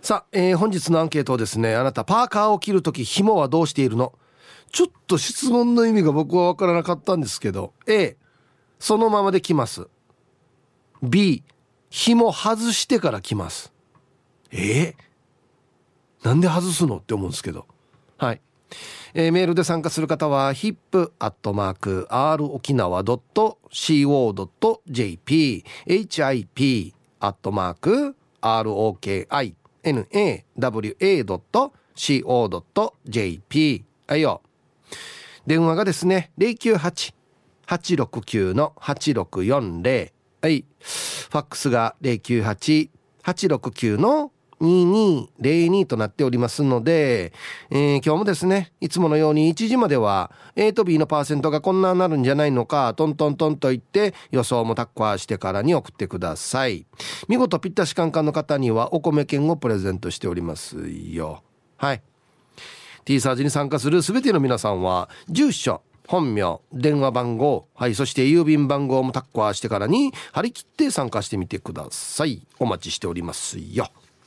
さあ、本日のアンケートですね。あなたパーカーを着るとき紐はどうしているの？ちょっと質問の意味が僕は分からなかったんですけど、 A そのままで着ます。 B 紐外してから着ます。なんで外すのって思うんですけど、はい。メールで参加する方は hip@rokinawa.co.jp hip@rokinawa.co.jp はいよ。電話がですね 098-869-8640、 はい。ファックスが 098-869-2202 となっておりますので、今日もですねいつものように1時までは A と B のパーセントがこんなになるんじゃないのかトントントンと言って予想もタッカーしてからに送ってください。見事ぴったしカンカンの方にはお米券をプレゼントしておりますよ。はい。 T サージに参加するすべての皆さんは住所、本名、電話番号、はい、そして郵便番号もタッカーしてからに張り切って参加してみてください。お待ちしておりますよ。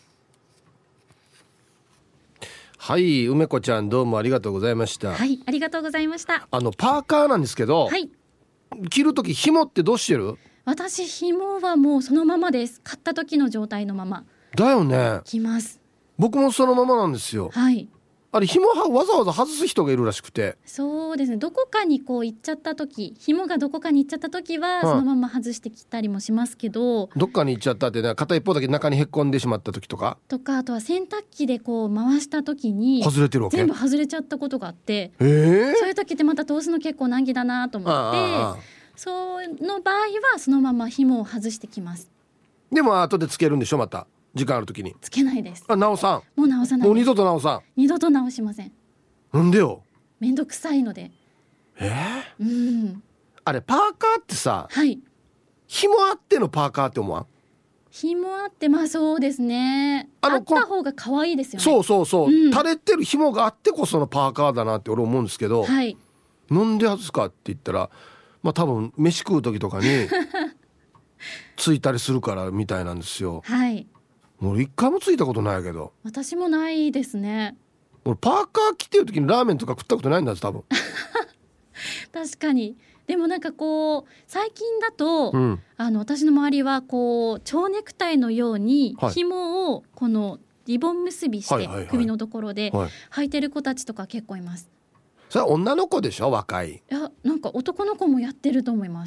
はい、梅子ちゃんどうもありがとうございました。 はい、ありがとうございました。 パーカーなんですけど、 はい、 着るとき紐ってどうしてる？ 私紐はもうそのままです。買った時の状態のままだよね。 着ます。 僕もそのままなんですよ。 はい。 あれ紐はわざわざ外す人がいるらしくて。 そうですね、どこかにこう行っちゃった時、紐がどこかに行っちゃった時はそのまま外してきたりもしますけど、 どっかに行っちゃったってね、片一方だけ中にへっこんでしまった時とか、 あとは洗濯機でこう回した時に外れてるわけ。 全部外れちゃったことがあって、 そういう時ってまた通すの結構難儀だなと思って、その場合はそのまま紐を外してきます。 でも後でつけるんでしょ？また時間ある時に。 つけないです。 直さん。 もう直さないです。 もう二度と直さん。 二度と直しません。 なんでよ。 めんどくさいので。うん。 あれパーカーってさ、 はい、 紐あってのパーカーって思わん？ 紐あって、まあそうですね、あった方が可愛いですよね。 そう、 うん、 垂れてる紐があってこそのパーカーだなって俺思うんですけど、 はい、 なんで外すかって言ったら、まあ多分飯食う時とかについたりするからみたいなんですよ。 はい。 もう一回もついたことないけど。 私もないですね。 俺パーカー着てる時にラーメンとか食ったことないんだ多分。 確かに。でもなんかこう最近だと、私の周りはこう蝶ネクタイのように紐をこのリボン結びして首のところで履いてる子たちとか結構います。 それは女の子でしょ？若い。 いや、なんか男の子もやってると思います。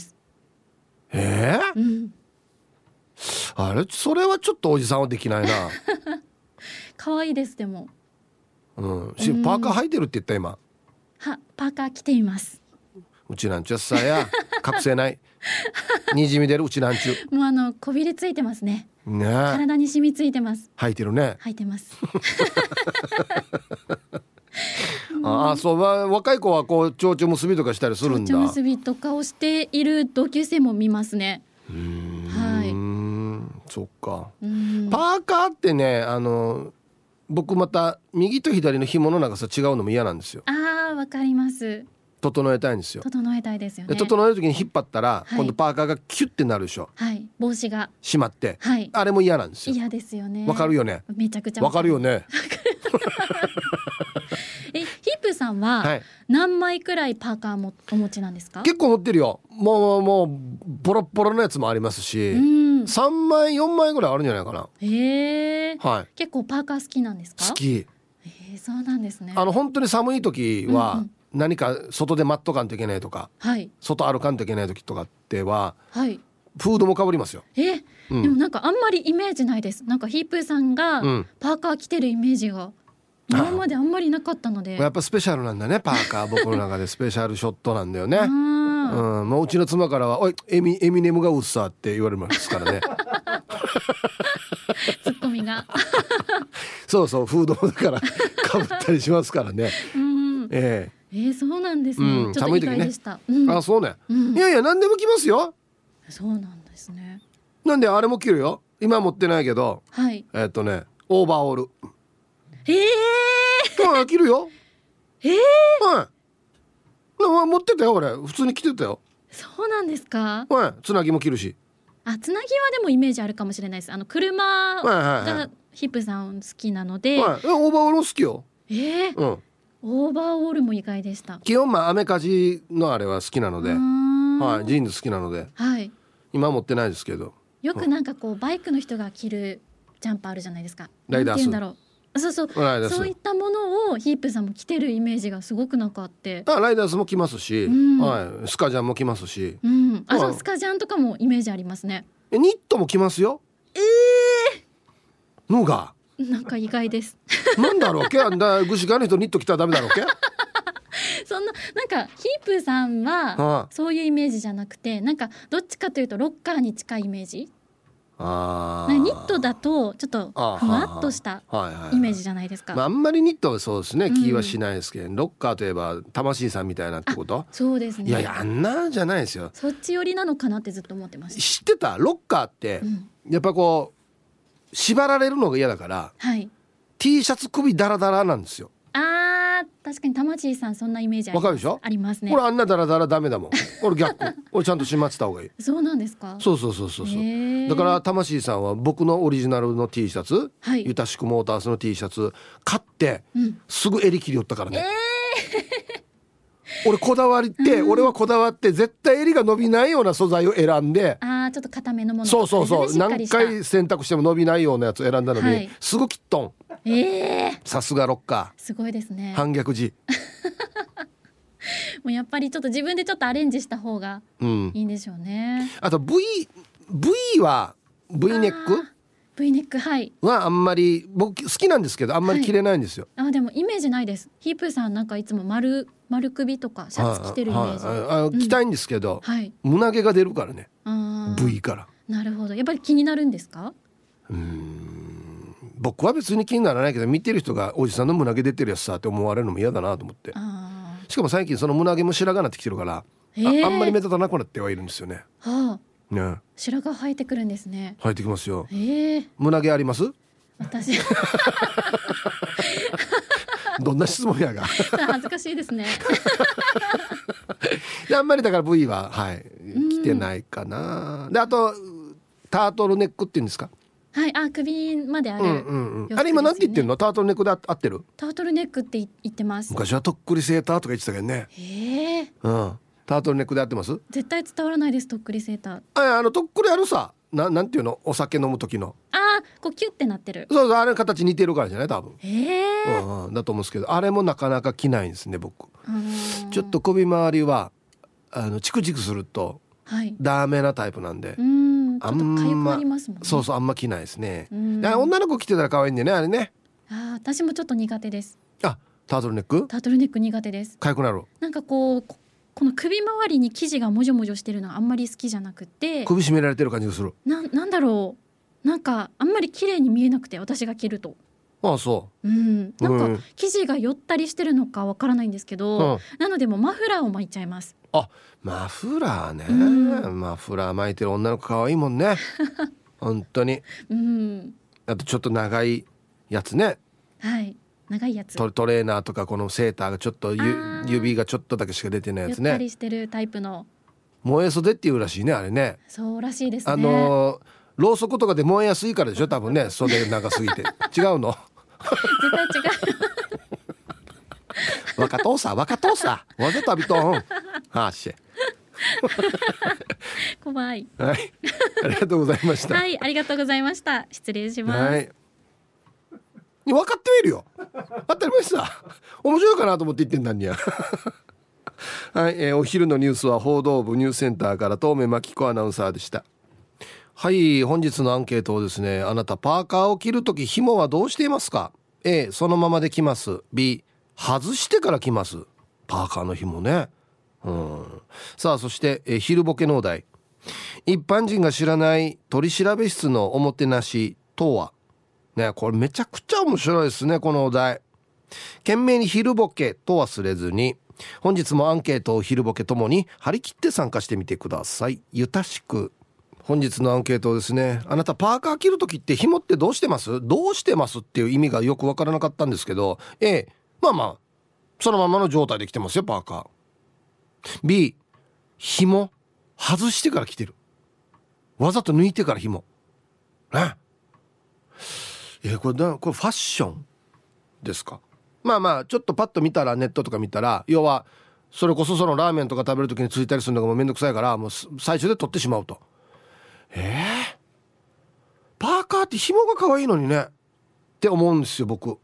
あれ、それはちょっとおじさんはできないな。 可愛いです。でもパーカー履いてるって言った今。 パーカー着ています。 うちなんちゅうさや隠せないにじみ出るうちなんちゅう。 もうこびりついてますね。 ね、 体に染みついてます。 履いてるね。 履いてますそう、若い子はこう蝶々結びとかしたりするんだ。 蝶々結びとかをしている同級生も見ますね。はい。 そっか。パーカーってね、僕また右と左の紐の長さ違うのも嫌なんですよ。 わかります。 整えたいんですよ。 整えたいですよね。 で整える時に引っ張ったら、今度パーカーがキュッてなるでしょ。 はい、帽子が閉まって、 はい、 あれも嫌なんですよ。 嫌ですよね。 わかるよね。 めちゃくちゃわかるよね。 ヒップさんは何枚くらいパーカーもお持ちなんですか？ 結構持ってるよ。もうボロボロのやつもありますし、3枚4枚ぐらいあるんじゃないかな。はい。 結構パーカー好きなんですか？ 好き。 そうなんですね。 本当に寒い時は、何か外で待っとかんといけないとか、外歩かんといけない時とかっては、フードもかぶりますよ。 でもなんかあんまりイメージないです。なんかヒープーさんがパーカー着てるイメージが今まであんまりなかったので。 やっぱスペシャルなんだね、パーカー。僕の中でスペシャルショットなんだよね。もううちの妻からはおいエミネムがうっさって言われますからね。 ツッコミがそうフードもだからかぶったりしますからね。 そうなんですね。ちょっと意外でした。 そうね。いや何でも着ますよ。 そうなんですね。 なんであれも着るよ。今持ってないけど、オーバーオール。着るよ。持ってたよ俺。普通に着てたよ。 そうなんですか？ つなぎも着るし。 つなぎはでもイメージあるかもしれないです。車がヒップさん好きなので、 はい、オーバーオールも好きよ。うん、 オーバーオールも意外でした。 基本アメカジのあれは好きなので、はい、ジーンズ好きなので、 はい、 今持ってないですけど、 よくなんかこうバイクの人が着るジャンパーあるじゃないですか。 ライダース、 なんて言うんだろう、そういったものをヒープさんも着てるイメージがすごくなんかあって、 ライダースも着ますし、はい、スカジャンも着ますし、 そうスカジャンとかもイメージありますね。 ニットも着ますよ。のがなんか意外です。 なんだろうけ、ぐしがの人ニット着たらダメだろうけ。 そんななんかヒープさんはそういうイメージじゃなくて、なんかどっちかというとロッカーに近いイメージ。ニットだとちょっとふわっとしたイメージじゃないですか。 あんまりニットはそうですね、気はしないですけど、ロッカーといえば魂さんみたいなってこと。 そうですね。 いやあんなじゃないですよ。 そっち寄りなのかなってずっと思ってました。 知ってた？ロッカーって、やっぱこう縛られるのが嫌だから、 はい、 T シャツ首ダラダラなんですよ。 確かに魂さんそんなイメージあります。 わかるでしょ？ ありますね。 これあんなダラダラダメだもん。これ逆。これちゃんとしまってた方がいい。 そうなんですか？ そうだから魂さんは僕のオリジナルの T シャツ、ゆたしくモータースの T シャツ買って、すぐ襟切り寄ったからね。俺はこだわって絶対襟が伸びないような素材を選んで、 ちょっと固めのもの、 そう何回洗濯しても伸びないようなやつを選んだのに、すぐ切っとん。さすがロッカー、すごいですね。 反逆時もうやっぱりちょっと自分でちょっとアレンジした方がいいんでしょうね。 あと V は V ネックはあんまり僕好きなんですけど、あんまり着れないんですよ。 でもイメージないです。ヒープさんなんかいつも丸首とかシャツ着てるイメージ、 着たいんですけど、胸毛が出るからね、V から。 なるほど。やっぱり気になるんですか？ 僕は別に気にならないけど、見てる人がおじさんの胸毛出てるやつさって思われるのも嫌だなと思って。しかも最近その胸毛も白髪なってきてるから、あんまり目立たなくなってはいるんですよね。ね、白髪生えてくるんですね。 生えてきますよ。胸毛あります？ 私どんな質問やが恥ずかしいですねあんまりだから V は着てないかな。であとタートルネックっていうんですか？ 首まである、 あれ今なんて言ってるの？タートルネックで合ってる？ タートルネックって言ってます。 昔はとっくりセーターとか言ってたけどね。タートルネックで合ってます？ 絶対伝わらないです。とっくりセーター。 とっくりあるさ。なんていうの？お酒飲む時の。 こうキュッてなってる。 そうあれ形似てるからじゃない？多分。だと思うんですけど、あれもなかなか着ないんですね僕。ちょっと首周りはチクチクするとダメなタイプなんで。 ちょっと痒くなりますもんね。 そうあんま着ないですね。女の子着てたら可愛いんでね、あれね。 私もちょっと苦手です。 タートルネック苦手です。 痒くなる。 なんかこの首周りに生地がもじょもじょしてるのはあんまり好きじゃなくて、 首絞められてる感じがする。 なんだろう、なんかあんまり綺麗に見えなくて、私が着ると。 そう。 なんか生地が寄ったりしてるのかわからないんですけど、なのでもうマフラーを巻いちゃいます。 マフラーね、マフラー巻いてる女の子可愛いもんね本当に。あとちょっと長いやつね。 長いやつ。 トレーナーとかこのセーターがちょっと指がちょっとだけしか出てないやつね。 ゆったりしてるタイプの。 燃え袖っていうらしいね、あれね。 そうらしいですね。 ろうそくとかで燃えやすいからでしょ多分ね、袖長すぎて違うの絶対違う若父さわざと浴びとん怖い。 ありがとうございました。 ありがとうございました。失礼します。 分かってはいるよ、当たり前さ。面白いかなと思って言ってんだんにゃお昼のニュースは報道部ニュースセンターから東目真紀子アナウンサーでした。本日のアンケートをですね、あなたパーカーを着るとき紐はどうしていますか？ A そのままで着ます。 B 外してから着ます。パーカーの紐ね。さあそして、昼ボケのお題、一般人が知らない取調室のおもてなしとはね。これめちゃくちゃ面白いですね、このお題。懸命に昼ボケと忘れずに、本日もアンケートを昼ボケともに張り切って参加してみてください。ゆたしく。本日のアンケートですね、あなたパーカー着るときって紐ってどうしてます？どうしてますっていう意味がよくわからなかったんですけど、 A そのままの状態で着てますよパーカー。 B 紐外してから着てる。わざと抜いてから紐ね。 これファッションですか？まあまあちょっとパッと見たら、ネットとか見たら、要はそれこそそのラーメンとか食べる時についたりするのがもうめんどくさいから、もう最初で取ってしまうと。パーカーって紐が可愛いのにねって思うんですよ僕。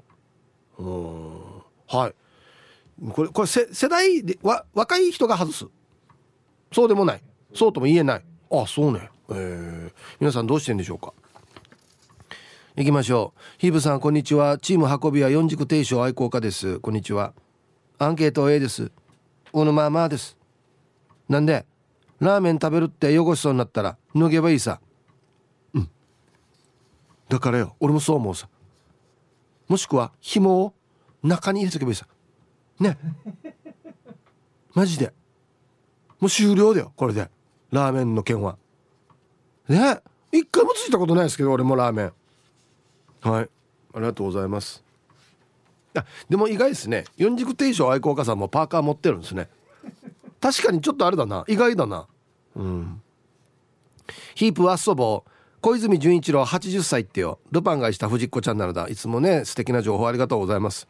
はい、これ世代で若い人が外す、そうでもない、そうとも言えない。あ、そうね。皆さんどうしてんでしょうか。行きましょう。ヒーブさんこんにちは。チーム運びは四軸定称愛好家です。こんにちは。アンケート A です。おのまあまあです。なんでラーメン食べるって汚しそうになったら脱げばいいさ。だからよ、俺もそう思うさ。もしくは紐を中に入れとけばいいさね。マジでもう終了だよこれで。ラーメンの件はね、一回もついたことないですけど俺もラーメン。はい、ありがとうございます。でも意外ですね。四軸定称愛好家さんもパーカー持ってるんですね。確かにちょっとあれだな、意外だな。ヒープは遊ぼう。小泉純一郎80歳ってよ。ルパンがした藤子ちゃんなのだ。いつもね素敵な情報ありがとうございます。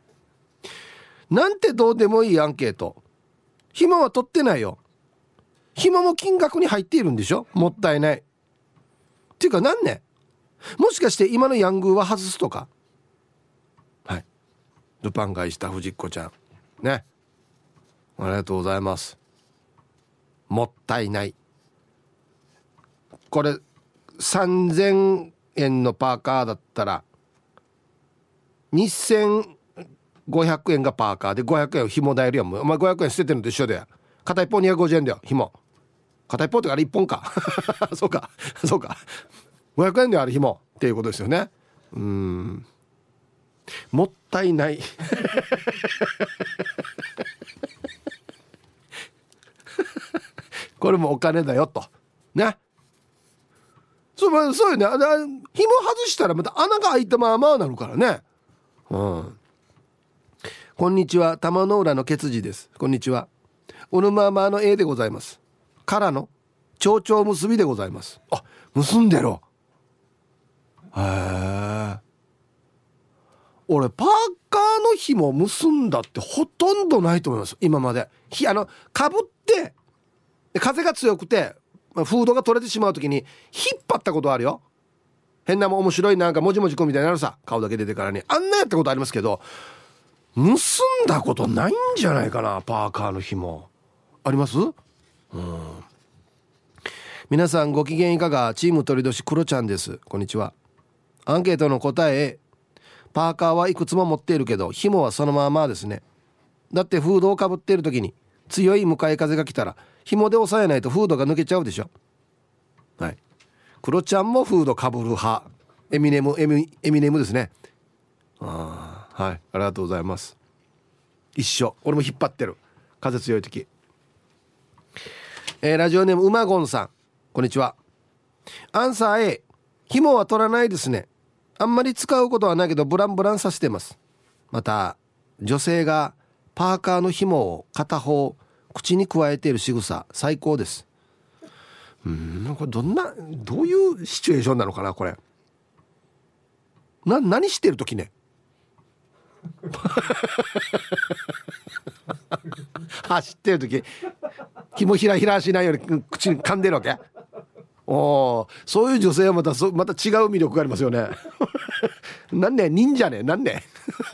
なんてどうでもいいアンケート。紐は取ってないよ。紐も金額に入っているんでしょ。もったいない。っていうかなんね、もしかして今のヤングーは外すとか。はい、ルパンがした藤子ちゃんね、ありがとうございます。もったいない。これ3000円のパーカーだったら2500円がパーカーで500円を紐代よりはもうお前500円捨ててるのと一緒で、片一方250円だよ紐。片一方ってあれ1本かそうか500円である紐っていうことですよね。もったいないこれもお金だよとね。そうよね。紐外したらまた穴が開いたままなるからね。こんにちは。玉の浦のケツジです。こんにちは。おぬままの A でございます。からの蝶々結びでございます。あ、結んでろ。俺パーカーの紐結んだってほとんどないと思います今まで。かぶって風が強くてフードが取れてしまう時に引っ張ったことあるよ。変なもん面白いなんかもじもじくんみたいになるさ、顔だけ出てからにあんなやったことありますけど、結んだことないんじゃないかな。パーカーの紐あります？皆さんご機嫌いかが。チーム鳥年クロちゃんです。こんにちは。アンケートの答え、パーカーはいくつも持っているけど紐はそのままですね。だってフードをかぶっている時に強い向かい風が来たら紐で押さえないとフードが抜けちゃうでしょ。はい、クロちゃんもフードかぶる派。エミネムですね。はい、ありがとうございます。一緒、俺も引っ張ってる、風強い時。ラジオネームうまごんさん、こんにちは。アンサー A、 紐は取らないですね。あんまり使うことはないけどブランブランさせてます。また女性がパーカーの紐を片方口に加えている仕草最高です。これどういうシチュエーションなのかなこれ。何してる時ね走ってる時紐ひらひらしないように口に噛んでるわけ。そういう女性はまた違う魅力がありますよねなんね忍者ねなんね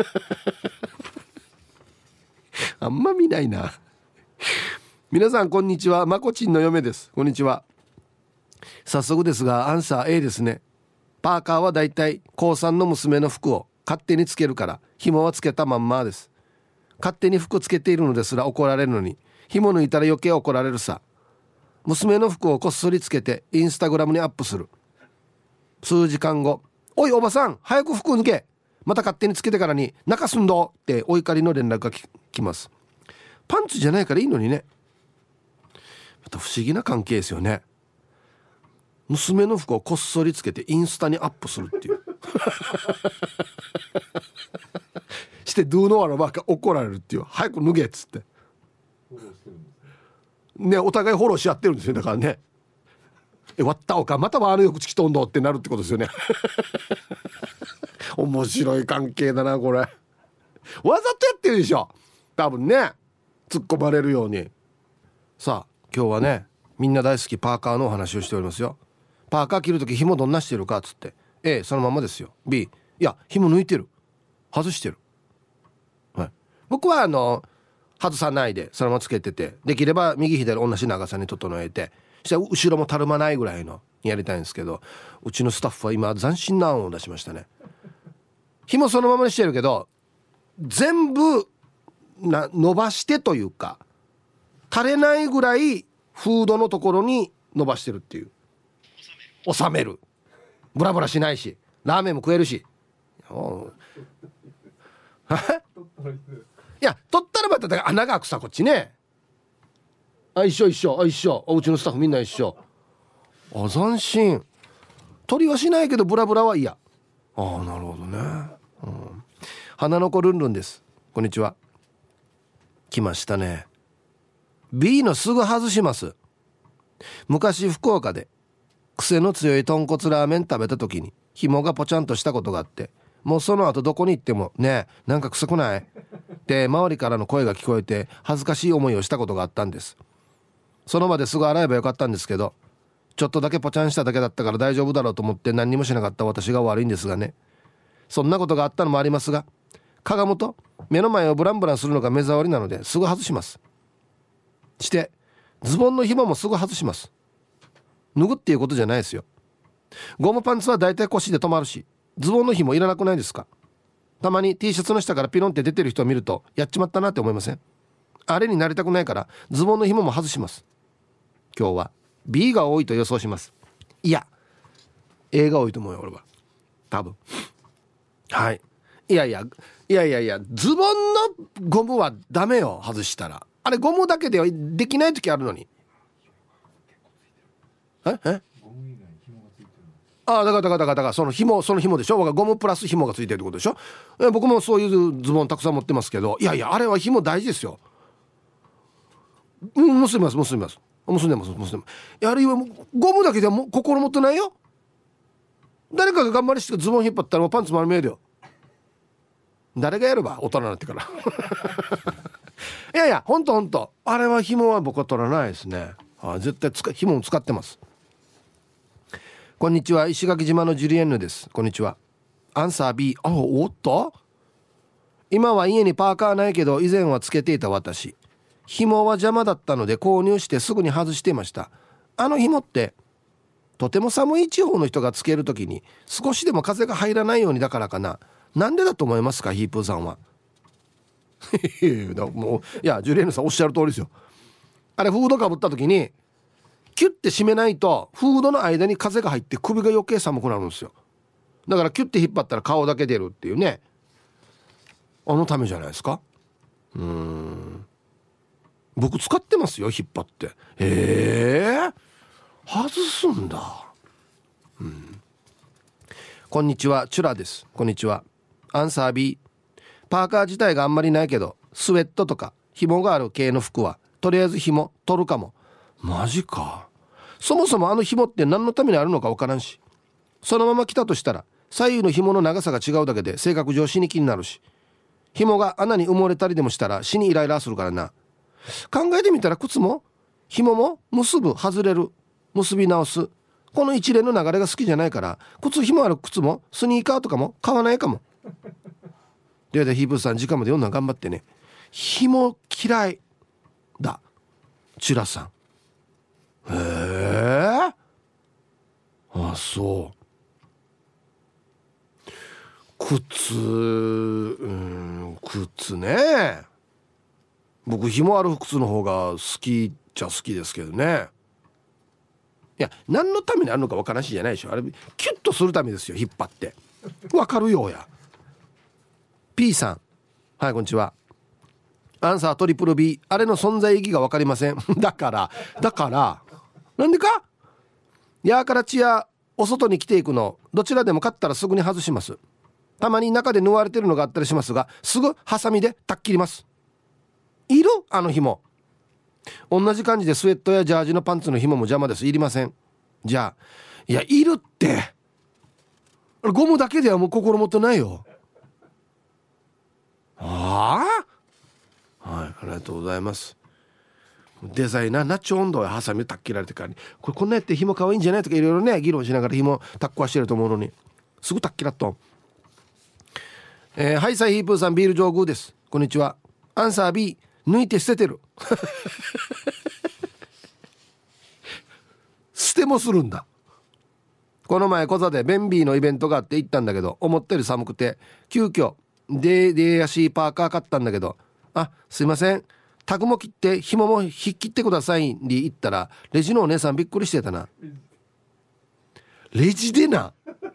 あんま見ないな。皆さんこんにちは。まこちんの嫁です。こんにちは。早速ですがアンサー A ですね。パーカーはだいたい高3の娘の服を勝手につけるから紐はつけたまんまです。勝手に服つけているのですら怒られるのに紐抜いたら余計怒られるさ。娘の服をこっそりつけてインスタグラムにアップする。数時間後、おいおばさん早く服抜け、また勝手につけてからに中すんどってお怒りの連絡が来ます。パンツじゃないからいいのにね。また不思議な関係ですよね。娘の服をこっそりつけてインスタにアップするっていうしてドゥーノアのばっか怒られるっていう。早く脱げっつってね、お互いフォローし合ってるんですよ。だからね、割ったおかまたはあのよくちきとんどってなるってことですよね面白い関係だなこれ。わざとやってるでしょ多分ね、突っ込まれるように。さあ今日はね、みんな大好きパーカーのお話をしておりますよ。パーカー着るとき紐どんなしてるかっつって、 A そのままですよ。 B いや紐抜いてる、外してる、はい、僕は外さないでそのままつけてて、できれば右左同じ長さに整えて、そしたら後ろもたるまないぐらいのやりたいんですけど、うちのスタッフは今斬新な案を出しましたね。紐そのままにしてるけど全部伸ばしてというか、垂れないぐらいフードのところに伸ばしてるっていう。収める、ブラブラしないし、ラーメンも食えるし。いや取ったらまた穴が開くさこっちね。一緒一緒、うちのスタッフみんな一緒。斬新。取りはしないけどブラブラは嫌。なるほどね、花の子ルンルンです。こんにちは。来ましたね。 B のすぐ外します。昔福岡で癖の強い豚骨ラーメン食べた時に紐がポチャンとしたことがあって、もうその後どこに行ってもねえなんか臭くないって周りからの声が聞こえて恥ずかしい思いをしたことがあったんです。その場ですぐ洗えばよかったんですけど、ちょっとだけポチャンしただけだったから大丈夫だろうと思って何にもしなかった私が悪いんですがね。そんなことがあったのもありますが、かがむと目の前をブランブランするのが目障りなのですぐ外します。してズボンの紐もすぐ外します。脱ぐっていうことじゃないですよ。ゴムパンツはだいたい腰で止まるし、ズボンの紐いらなくないですか？たまに T シャツの下からピロンって出てる人を見るとやっちまったなって思いません？あれになりたくないからズボンの紐も外します。今日は B が多いと予想します。いや A が多いと思うよ俺は多分。はい。いやズボンのゴムはダメよ外したら。あれゴムだけではできない時あるのに。だからその紐でしょ。ゴムプラス紐がついてるってことでしょ。僕もそういうズボンたくさん持ってますけど、いやあれは紐大事ですよ。結びます。結んでます。あるいはゴムだけではもう心もってないよ。誰かが頑張りしてズボン引っ張ったらもうパンツ丸見えるよ。誰がやれば大人になってからいやほんとあれは紐は僕は取らないですね。絶対紐も使ってます。こんにちは、石垣島のジュリエンヌです。こんにちは。アンサー B。 おっと、今は家にパーカーないけど以前はつけていた私、紐は邪魔だったので購入してすぐに外していました。あの紐ってとても寒い地方の人がつけるときに少しでも風が入らないようにだからかな。なんでだと思いますか、ヒープーさんは。もういやジュリエンヌさんおっしゃる通りですよ。あれフードかぶった時にキュッて締めないとフードの間に風が入って首が余計寒くなるんですよ。だからキュッて引っ張ったら顔だけ出るっていうね、あのためじゃないですか。僕使ってますよ、引っ張って。外すんだ。こんにちは、チュラです。こんにちは。アンサー B。 パーカー自体があんまりないけどスウェットとか紐がある系の服はとりあえず紐取るかも。マジか。そもそもあの紐って何のためにあるのか分からんし、そのまま来たとしたら左右の紐の長さが違うだけで性格上死に気になるし、紐が穴に埋もれたりでもしたら死にイライラするからな。考えてみたら靴も紐も結ぶ、外れる、結び直す、この一連の流れが好きじゃないから靴紐ある靴もスニーカーとかも買わないかも。でヒープーさん時間まで読んだら頑張ってね。紐嫌いだチュラさん。そう靴ね。僕紐ある靴の方が好きっちゃ好きですけどね。いや何のためにあるのか分からんしじゃないでしょ。あれキュッとするためですよ、引っ張って。分かるようや。 P さん、はいこんにちは。アンサートリプル B。 あれの存在意義が分かりませんだからなんでか。やーからちやお外に着ていくのどちらでも買ったらすぐに外します。たまに中で縫われてるのがあったりしますがすぐハサミでたっ切ります。いるあの紐。同じ感じでスウェットやジャージのパンツの紐も邪魔です。いりません。じゃあいやいるってゴムだけではもう心もとないよ。はい、ありがとうございます。デザイナーナッチ温度やハサミをたっ切られてからに、これこんなやって紐可愛いんじゃないとかいろいろね議論しながら紐タッコはしてると思うのにすぐたっきらっとはいサイヒープーさんビール上宮です。こんにちは。アンサー B、 抜いて捨ててる捨てもするんだ。この前小座でベンビーのイベントがあって行ったんだけど、思ったより寒くて急遽デーヤシーパーカー買ったんだけど、あ、すいませんタグも切って紐も引っ切ってくださいに言ったら、レジのお姉さんびっくりしてたな。レジでな。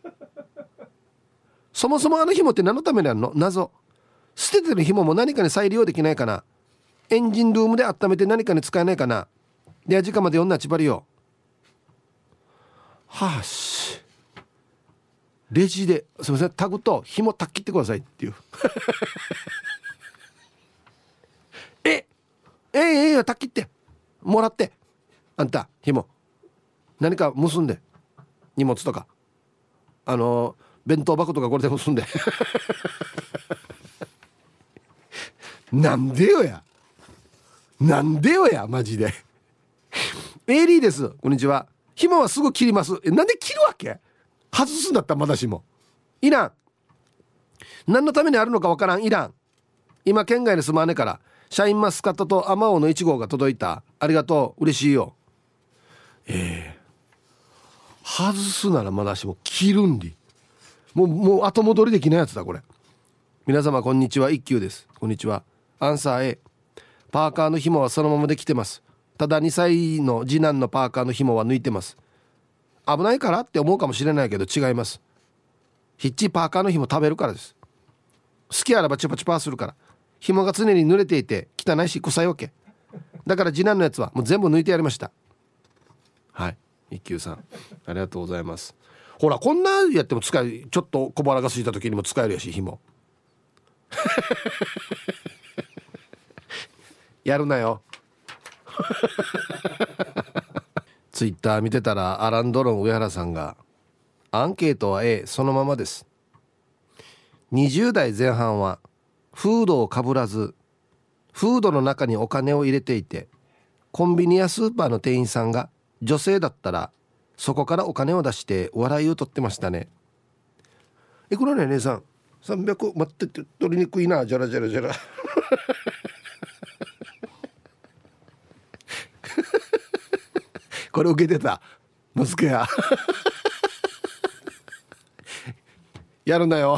そもそもあの紐って何のためにあるの？謎。捨ててる紐も何かに再利用できないかな。エンジンルームで温めて何かに使えないかな。では時間まで女ちばりよ。はあし、レジですいませんタグと紐たっ切ってくださいっていうたっ切ってもらって、あんた紐何か結んで、荷物とか弁当箱とかこれで結んでなんでよやマジでエイリーです。こんにちは。紐はすぐ切ります。なんで切るわけ？外すんだったらまだしもいらん。何のためにあるのかわからん。いらん。今県外に住まわねからシャインマスカットとアマオの1号が届いた。ありがとう、嬉しいよ。外すならまだしも切るんりもう後戻りできないやつだこれ。皆様こんにちは、一休です。こんにちは。アンサー A、 パーカーの紐はそのままで来てます。ただ2歳の次男のパーカーの紐は抜いてます。危ないからって思うかもしれないけど違います。ヒッチパーカーの紐食べるからです。好きあらばチュパチュパーするから。紐が常に濡れていて汚いし臭いわけだから、次男のやつはもう全部抜いてやりました。はい、一休さんありがとうございます。ほらこんなやっても使え、ちょっと小腹が空いた時にも使えるやし紐やるなよツイッター見てたらアランドロン上原さんがアンケートは A そのままです。20代前半はフードをかぶらずフードの中にお金を入れていて、コンビニやスーパーの店員さんが女性だったらそこからお金を出して笑いを取ってましたね。いくらね姉さん300待ってて取りにくいな、じゃらじゃらじゃらこれ受けてた息子ややるなよ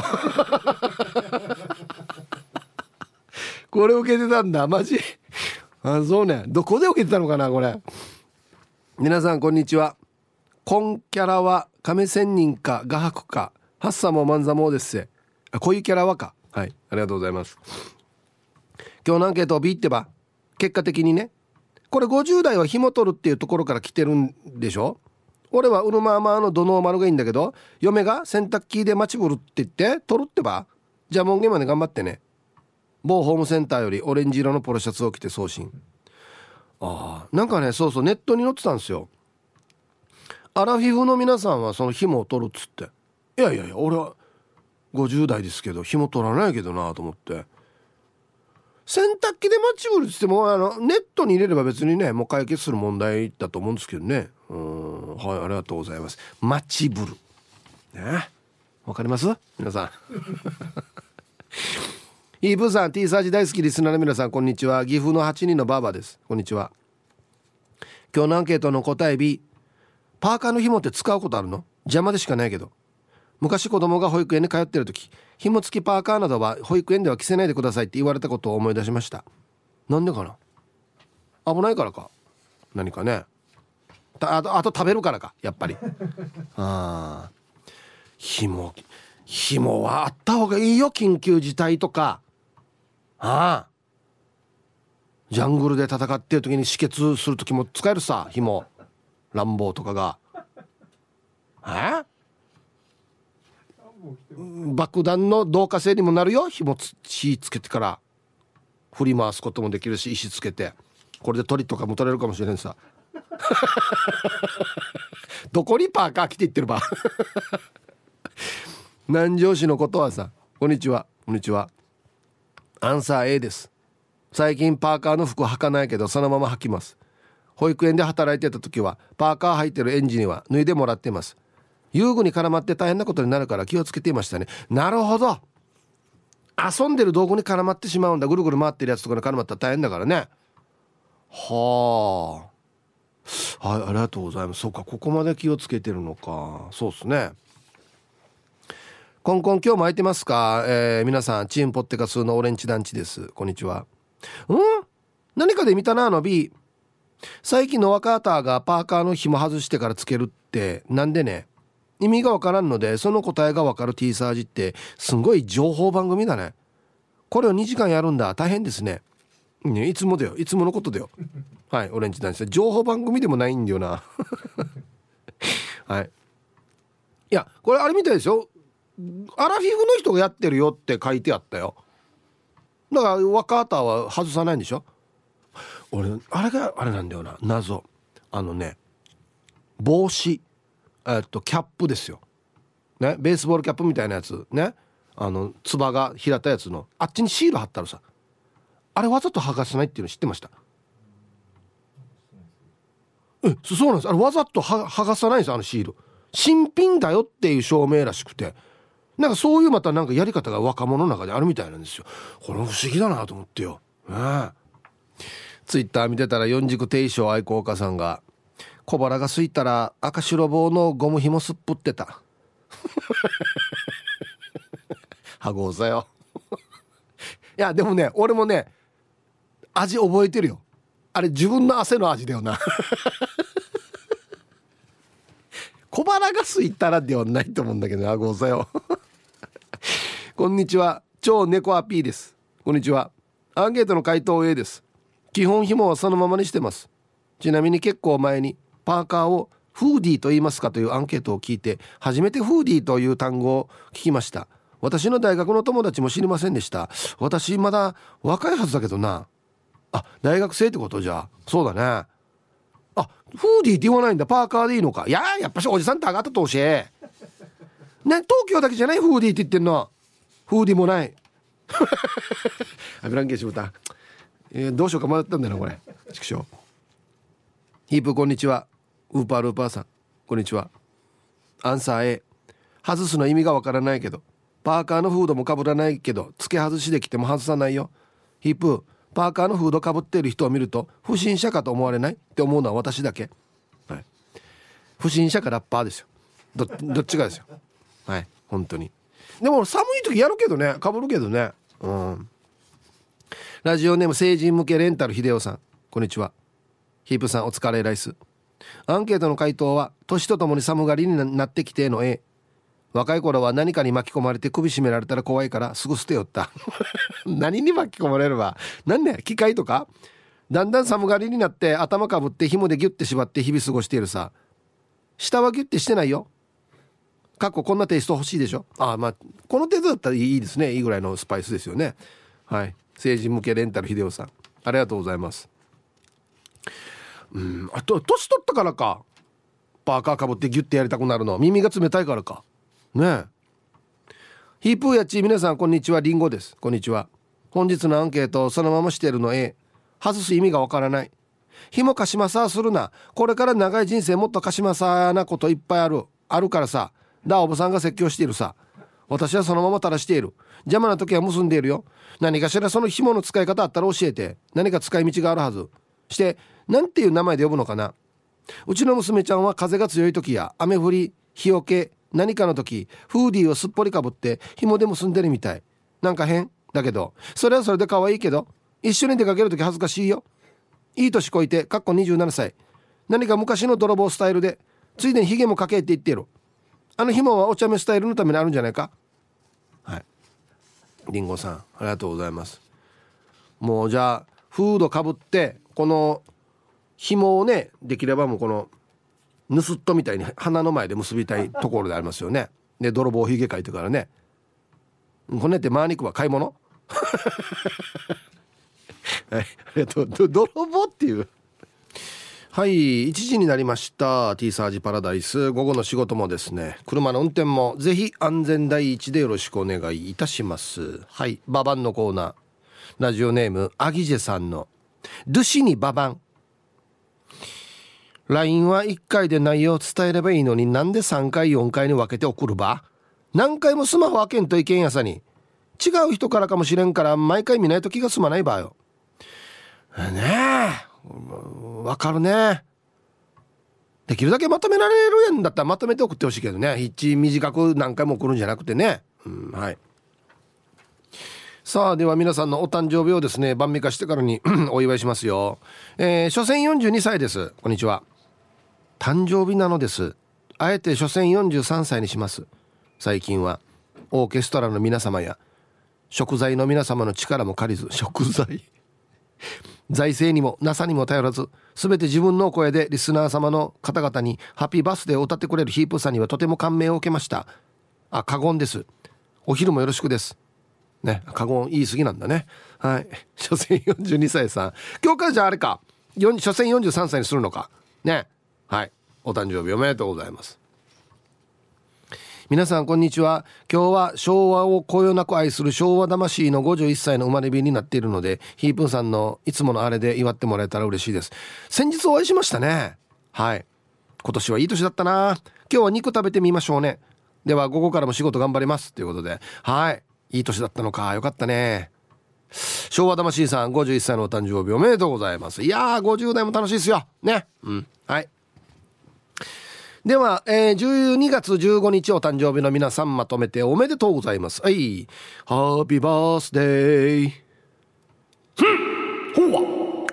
これ受けてたんだマジ。あ、そうね。どこで受けてたのかなこれ。皆さんこんにちは。コンキャラは亀仙人か画伯かハッサモマンザモーですせ。あ、こういうキャラはか。はい、ありがとうございます。今日のアンケートを B ってば結果的にね、これ50代は紐取るっていうところから来てるんでしょ。俺はウルマーマーのドノーマルがいいんだけど、嫁が洗濯機で待ちぶるって言って取るってば、じゃあ門限まで頑張ってね。某ホームセンターよりオレンジ色のポロシャツを着て送信。なんかね、そうそうネットに載ってたんですよ。アラフィフの皆さんはその紐を取るっつって、いや俺は50代ですけど紐取らないけどなと思って、洗濯機で待ちぶるっつってもネットに入れれば別にねもう解決する問題だと思うんですけどね。はい、ありがとうございます。待ちぶるね、わかります皆さんイーブーさん、 T サージ大好きリスナーの皆さんこんにちは。岐阜の8人のバーバーです。こんにちは。今日のアンケートの答え B、 パーカーの紐って使うことあるの？邪魔でしかないけど。昔子供が保育園に通ってる時、紐付きパーカーなどは保育園では着せないでくださいって言われたことを思い出しました。なんでかな？危ないからか何かね。あと食べるからかやっぱり紐はあった方がいいよ。緊急事態とかジャングルで戦ってる時に止血する時も使えるさ紐。乱暴とかが爆弾の導火線にもなるよ。紐火つけてから振り回すこともできるし、石つけてこれで鳥とかも取れるかもしれんさどこにパーカー着ていってるば南城市のことはさ、こんにちは。こんにちは。アンサー A です。最近パーカーの服履かないけどそのまま履きます。保育園で働いてた時はパーカー履いてる園児には脱いでもらってます。遊具に絡まって大変なことになるから気をつけていましたね。なるほど、遊んでる道具に絡まってしまうんだ。ぐるぐる回ってるやつとかに絡まったら大変だからね。はあ、はい、ありがとうございます。そうか、ここまで気をつけてるのか。そうですね。コンコン、今日も空いてますか？皆さん、チームポッテカスのオレンジ団地です。こんにちは。何かで見たな、B。最近のワカーターがパーカーの紐外してからつけるってなんでね、意味がわからんので、その答えがわかる T サージってすごい情報番組だね。これを2時間やるんだ。大変ですね。ね、いつもだよ、いつものことだよ。はい、オレンジ団地、情報番組でもないんだよな。はい。いや、これあれみたいですよ。アラフィフの人がやってるよって書いてあったよ。だからワカーターは外さないんでしょ。俺あれがあれなんだよな、謎。帽子、キャップですよね。ベースボールキャップみたいなやつね。つばが平たやつのあっちにシール貼ったらさ、あれわざと剥がさないっていうの知ってました？そうなんです。あれわざと剥がさないんです。シール新品だよっていう証明らしくて、なんかそういうまたなんかやり方が若者の中であるみたいなんですよ。これ不思議だなと思ってよ。ツイッター見てたら四軸定称愛好家さんが、小腹が空いたら赤白棒のゴム紐すっぷってた。はごうざよ。いやでもね、俺もね味覚えてるよ。あれ自分の汗の味だよな。小腹が空いたらではないと思うんだけど、あごうざよ。こんにちは、超猫アピーです。こんにちは。アンケートの回答 A です。基本紐はそのままにしてます。ちなみに結構前にパーカーをフーディーと言いますかというアンケートを聞いて、初めてフーディーという単語を聞きました。私の大学の友達も知りませんでした。私まだ若いはずだけどな。あ、大学生ってこと？じゃあそうだね。あ、フーディーって言わないんだ。パーカーでいいのか。いややっぱしおじさんって上がったと教えね。東京だけじゃないフーディーって言ってんの。フーディーもない。アビランケシブタ、どうしようか迷ったんだよなこれ。畜生。ヒープこんにちは。ウーパールーパーさんこんにちは。アンサー A。 外すの意味がわからないけど、パーカーのフードもかぶらないけど付け外しできても外さないよ。ヒープ、パーカーのフードかぶっている人を見ると不審者かと思われないって思うのは私だけ、はい、不審者かラッパーですよ。どっちがですよ。はい、本当に。でも寒い時やるけどね、かぶるけどね。ラジオネーム成人向けレンタル秀夫さんこんにちは。ヒープさんお疲れライス。アンケートの回答は年とともに寒がりになってきての A。 若い頃は何かに巻き込まれて首絞められたら怖いからすぐ捨てよった。何に巻き込まれればなんね、機械とか。だんだん寒がりになって頭かぶって紐でギュッて縛って日々過ごしているさ。下はギュッてしてないよ。過去こんなテイスト欲しいでしょ。まあこの程度だったらいいですね。いいぐらいのスパイスですよね。はい、成人向けレンタル秀夫さんありがとうございます。あと年取ったからか、パーカーかぶってギュッてやりたくなるの。耳が冷たいからかね。ヒープーやち皆さんこんにちは、リンゴです。こんにちは。本日のアンケートをそのまましているの A。 外す意味がわからない。紐かしまさするな。これから長い人生もっとかしまさなこといっぱいあるからさ。おばさんが説教しているさ。私はそのまま垂らしている。邪魔な時は結んでいるよ。何かしらその紐の使い方あったら教えて。何か使い道があるはずしてなんていう名前で呼ぶのかな。うちの娘ちゃんは風が強い時や雨降り日よけ何かの時フーディーをすっぽりかぶって紐で結んでるみたい。なんか変だけどそれはそれで可愛いけど、一緒に出かける時恥ずかしいよ。いい年こいて27歳。何か昔の泥棒スタイルでついでにヒゲもかけって言っている。あの紐はお茶目スタイルのためにあるんじゃないか。はい、リンゴさんありがとうございます。もうじゃあフードかぶってこの紐をね、できればもうこのヌスットみたいに鼻の前で結びたいところでありますよね。で泥棒ひげ描いてからね、こねってマーニクは買い物。はい、ありがとう。泥棒っていう。 はい、1時になりました。 T サージパラダイス、午後の仕事もですね、車の運転もぜひ安全第一でよろしくお願いいたします。はい、ババンのコーナー。ラジオネームアギジェさんのドゥシにババン。 LINE は1回で内容を伝えればいいのに、なんで3回4回に分けて送るば。何回もスマホ開けんといけんやさに。違う人からかもしれんから毎回見ないと気が済まないばよ。ねえ、わかるね。できるだけまとめられるんだったらまとめて送ってほしいけどね、一短く何回も送るんじゃなくてね、はい。さあ、では皆さんのお誕生日をですね、晩御飯してからにお祝いしますよ。所詮42歳です。こんにちは。誕生日なのです。あえて所詮43歳にします。最近はオーケストラの皆様や食材の皆様の力も借りず、食材財政にも NASA にも頼らず、全て自分の声でリスナー様の方々にハッピーバースデーを歌ってくれるヒープーさんにはとても感銘を受けました。あ、過言です。お昼もよろしくですね。過言言い過ぎなんだね。はい。所詮42歳さん、今日からじゃああれか、所詮43歳にするのかね。はい、お誕生日おめでとうございます。皆さんこんにちは。今日は昭和をこよなく愛する昭和魂の51歳の生まれ日になっているので、ヒープンさんのいつものあれで祝ってもらえたら嬉しいです。先日お会いしましたね。はい、今年はいい年だったな。今日は肉食べてみましょうね。では午後からも仕事頑張りますということで、はい、いい年だったのか、よかったね。昭和魂さん51歳のお誕生日おめでとうございます。いやー、50代も楽しいですよね。はい。では、12月15日お誕生日の皆さんまとめておめでとうございます。はい、ハッピーバースデー。ほわ。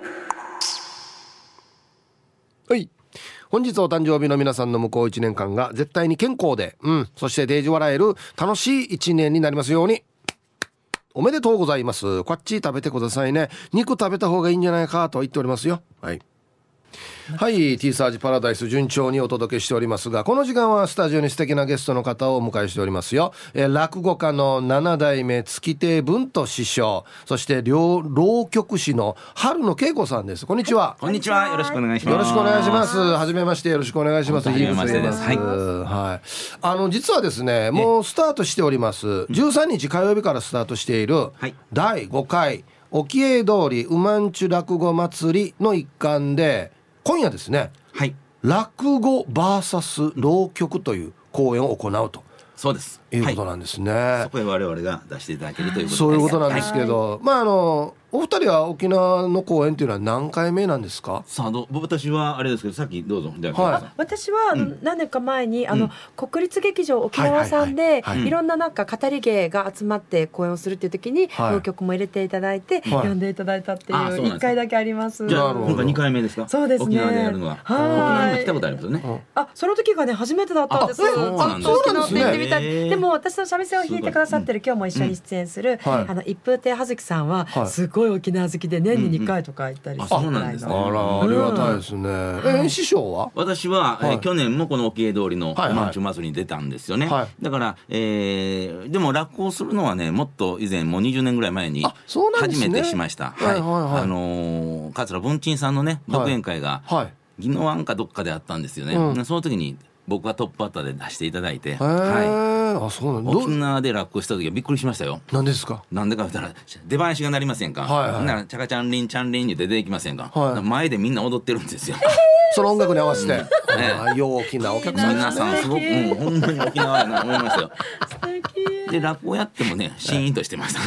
はい、本日お誕生日の皆さんの向こう1年間が絶対に健康で、そしてデージ笑える楽しい1年になりますように。おめでとうございます。こっち食べてくださいね。肉食べた方がいいんじゃないかと言っておりますよ。はい。はい、 T サージパラダイス順調にお届けしておりますが、この時間はスタジオに素敵なゲストの方をお迎えしておりますよ。落語家の7代目月亭文斗師匠、そして浪曲師の春野恵子さんです。こんにちは。 こんにちは、よろしくお願いします。 よろしくお願いします。はじめまして、よろしくお願いします。 はじめましてです。はい、 はい、実はですね、もうスタートしております、13日火曜日からスタートしている第5回沖永通りうまんちゅ落語祭りの一環で、今夜ですね、 はい、 落語 VS 浪曲という公演を行うと。 そうです、 いうことなんですね。 そこへ我々が出していただけるということです。 そういうことなんですけど、お二人は沖縄の公演というのは何回目なんですか？ さあ、私はあれですけど、さっきどうぞ。 私は何年か前に国立劇場沖縄さんでいろんななんか語り芸が集まって公演をするっていう時に浪曲も入れていただいて呼んでいただいたっていう1回だけあります。 じゃあ今回2回目ですか？ そうですね。 沖縄でやるのは。沖縄にも来たことありますよね。 その時がね初めてだったんです。 そうなんですね。でも私の三味線を弾いてくださってる今日も一緒に出演する一風亭葉月さんはすごい沖縄好きで年に2回とか行ったりするぐらいの。 ありがたいですね。師匠は？ 私は去年もこの沖永通りのおまんちゅ祭りに出たんですよね。だからでも落語するのはね、もっと以前もう20年ぐらい前に初めてしました。桂文珍さんのね独演会が宜野湾かどっかであったんですよね。その時に僕がトップバッターで出していただいて、 そうなんだ。 沖縄で落語した時はびっくりしましたよ。 何ですか？ なんでか言ったら出囃子が鳴りませんか。ならチャカチャンリンチャンリンに出ていきませんか。前でみんな踊ってるんですよ。 その音楽に合わせて陽気なお客さん。 皆さんすごくほんまに沖縄やな思いましたよ。で落語やってもねシーンとしてました。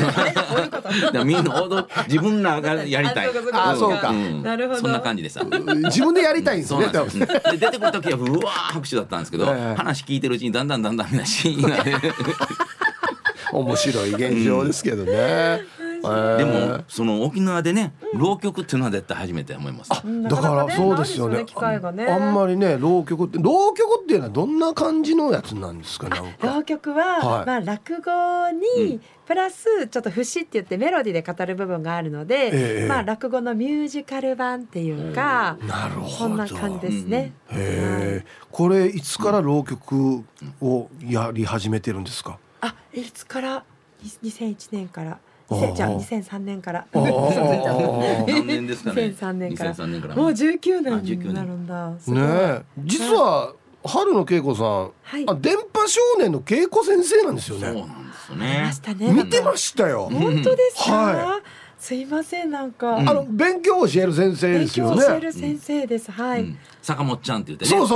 みんな自分らがやりたい。 そうか。 なるほど。 そんな感じでさ。 自分でやりたいんですね。 で出てくる時はうわ拍手だったんですけど、話聞いてるうちにだんだんみんなシーンがね面白い現象ですけどね。 でもその沖縄でね浪曲っていうのは絶対初めて思います。 だからそうですよね。あんまりね浪曲っていうのはどんな感じのやつなんですか？ 浪曲は落語にプラスちょっと節って言ってメロディーで語る部分があるので、落語のミュージカル版っていうか、そんな感じですね。 これいつから浪曲をやり始めてるんですか？ いつから？2001年からじゃあ2003年から何年ですかね。 2003年から 2003年からもう19年になるんだ。 ね、実は春野恵子さん、電波少年の恵子先生なんですよね。 そうなんですよね。 見てましたよ。 本当ですか。すいません、なんか勉強を教える先生ですよね。 勉強を教える先生です。はい。 坂本ちゃんって言ってね。 そう。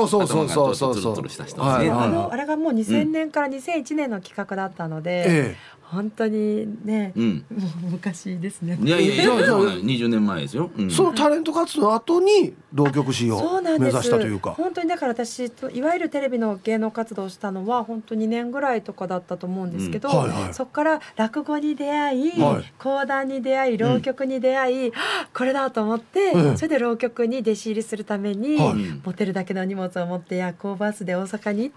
あれがもう2000年から2001年の企画だったので、本当にね、もう昔ですね。 いや20年前ですよ。 そのタレント活動の後に浪曲師を目指したというか。 本当にだから私いわゆるテレビの芸能活動をしたのは本当2年ぐらいとかだったと思うんですけど、そこから落語に出会い、講談に出会い、浪曲に出会い、これだと思って、それで浪曲に弟子入りするために持てるだけの荷物を持って夜行バスで大阪に行って、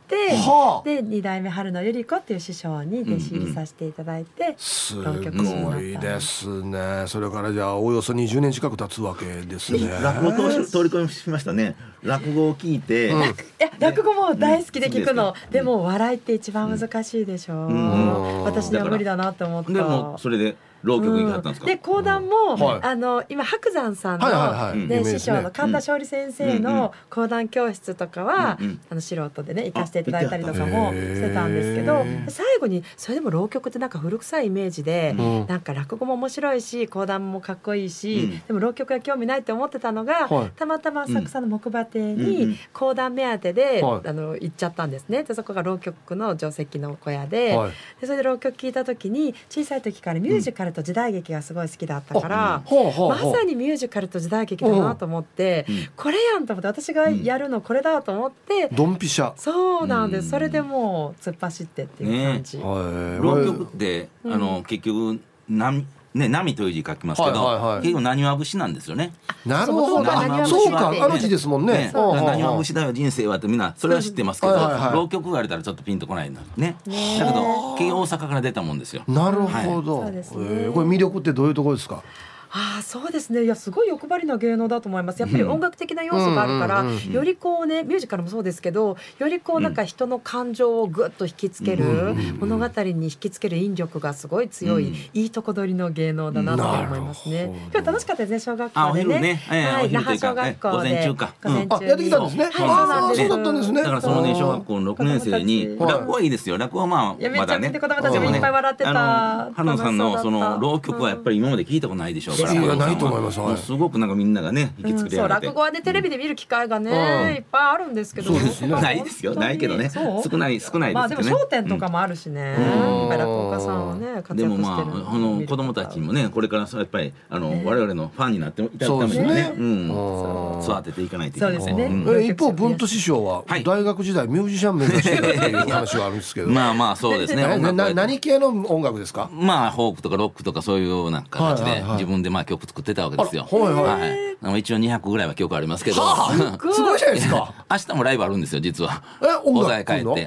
で2代目春野百合子っていう師匠に弟子入りさせていただいて、 すごいですね。それからじゃあおよそ20年近く経つわけですね。 落語通り込みしましたね。落語を聞いて、いや落語も大好きで聞くの。でも笑いって一番難しいでしょ。私には無理だなって思った。 でもそれで浪曲に行ったんですか。 で講談も今白山さんの師匠の神田勝利先生の講談教室とかは素人でね行かせていただいたりとかもしてたんですけど、最後にそれでも浪曲ってなんか古臭いイメージで、なんか落語も面白いし講談もかっこいいし、でも浪曲は興味ないって思ってたのが、たまたま浅草の木馬亭に講談目当てで行っちゃったんですね。でそこが浪曲の定席の小屋で、それで浪曲聞いた時に小さい時からミュージカルと時代劇がすごい好きだったから、まさにミュージカルと時代劇だなと思って、これやんと思って、私がやるのこれだと思って、 ドンピシャ。 そうなんです。それでもう突っ走ってっていう感じ。 浪曲って結局波という字書きますけど、結局浪花節なんですよね。 なるほど。そうか、あの字ですもんね。 浪花節だよ人生はってみんなそれは知ってますけど、浪曲が言われたらちょっとピンとこないんだね。だけど結局大阪から出たもんですよ。 なるほど。これ魅力ってどういうところですか。 そうですね。いやすごい欲張りな芸能だと思います。やっぱり音楽的な要素があるから、よりこうねミュージカルもそうですけど、よりこうなんか人の感情をぐっと引きつける、物語に引きつける引力がすごい強い、いいとこ取りの芸能だなと思いますね。今日楽しかったですね。小学校でね、那覇小学校で午前中かやってきたんですね。そうだったんですね。 だからそのね小学校の6年生に落語はいいですよ。落語はまあまだね。 子供たちもいっぱい笑ってた。 春野さんのその浪曲はやっぱり今まで聞いたことないでしょうから。 ないと思います。 すごくなんかみんながね引きつけてやられて、 落語はねテレビで見る機会がねいっぱいあるんですけど、 ないですよ。ないけどね、少ないですけどね。 まあでも笑点とかもあるしね。落語家さんはね活躍してる。でもまあ子供たちもねこれからやっぱり我々のファンになっていただくためにね、育てていかないといけないですね。 一方文斗師匠は大学時代ミュージシャン目指してたっていう話はあるんですけど、 まあそうですね。 何系の音楽ですか。 まあフォークとかロックとかそういうような形で自分でまあ曲作ってたわけですよ。一応200ぐらいは曲ありますけど、 すごいじゃないですか。 明日もライブあるんですよ実は。大阪へ帰って、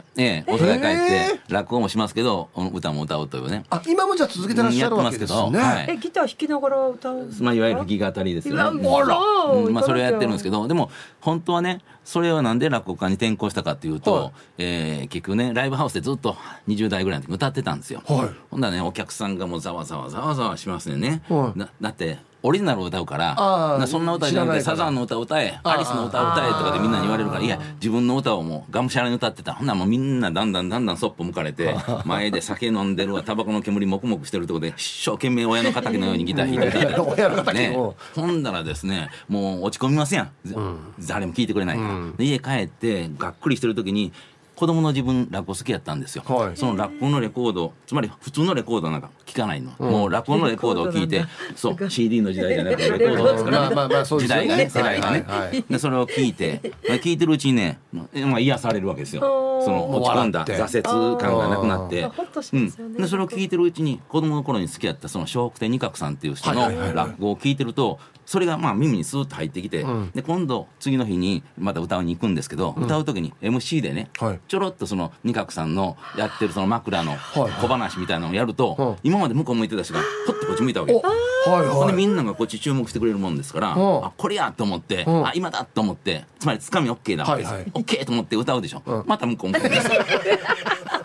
大阪へ帰って落語もしますけど歌も歌うというね。 今もじゃあ続けてらっしゃるわけですね。 ギター弾きながら歌う。 いわゆる弾き語りですよね。それをやってるんですけど、でも本当はねそれはなんで落語家に転向したかっていうと、結局ねライブハウスでずっと20代ぐらいの時歌ってたんですよ。ほんならねお客さんがもうざわざわしますね。だってオリジナルを歌うからそんな歌じゃなくてサザンの歌を歌え、アリスの歌を歌えとかでみんなに言われるから、いや自分の歌をもうがむしゃらに歌ってた。ほんならもうみんなだんだんそっぽ向かれて前で酒飲んでるわタバコの煙もくもくしてるところで一生懸命親の敵のようにギター弾いてたね。ほんだらですねもう落ち込みますやん、誰も聞いてくれないから、家帰ってがっくりしてる時に子供の自分落語好きやったんですよ。その落語のレコード、つまり普通のレコードなんか聞かないの、もう落語のレコードを聞いて、そう CD の時代じゃなくてレコードですから時代がね世代がね、でそれを聞いてるうちにね、癒されるわけですよ。その落ち込んだ挫折感がなくなって、でそれを聞いてるうちに子供の頃に好きやったその笑福亭仁鶴さんっていう人の落語を聞いてると、それがまあ耳にスーッと入ってきて、で今度次の日にまた歌いに行くんですけど、歌う時に MC でね、ちょろっとその仁鶴さんのやってるその枕の小話みたいなのをやると、今まで向こう向いてた人がポッとこっち向いたわけです。でみんながこっち注目してくれるもんですから、これやと思って、今だと思って、つまりつかみ OK だわけです。OK と思って歌うでしょ、また向こう向くんです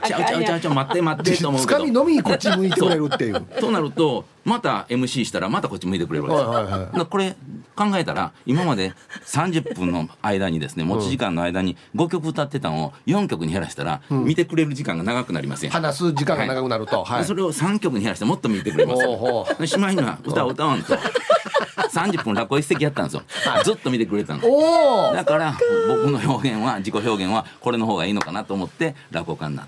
ちゃう待ってと思うけど、 つかみのみにこっち向いてくれるっていうとなるとまた MC したらまたこっち向いてくれるわけです、これ考えたら今まで30分の間にですね持ち時間の間に5曲歌ってたのを4曲に減らしたら、見てくれる時間が長くなりません、 話す時間が長くなると、 それを3曲に減らしてもっと見てくれますしまいには歌を歌わんと30分落語一席やったんですよ、ずっと見てくれたの。だから僕の表現は自己表現はこれの方がいいのかなと思って落語家になった。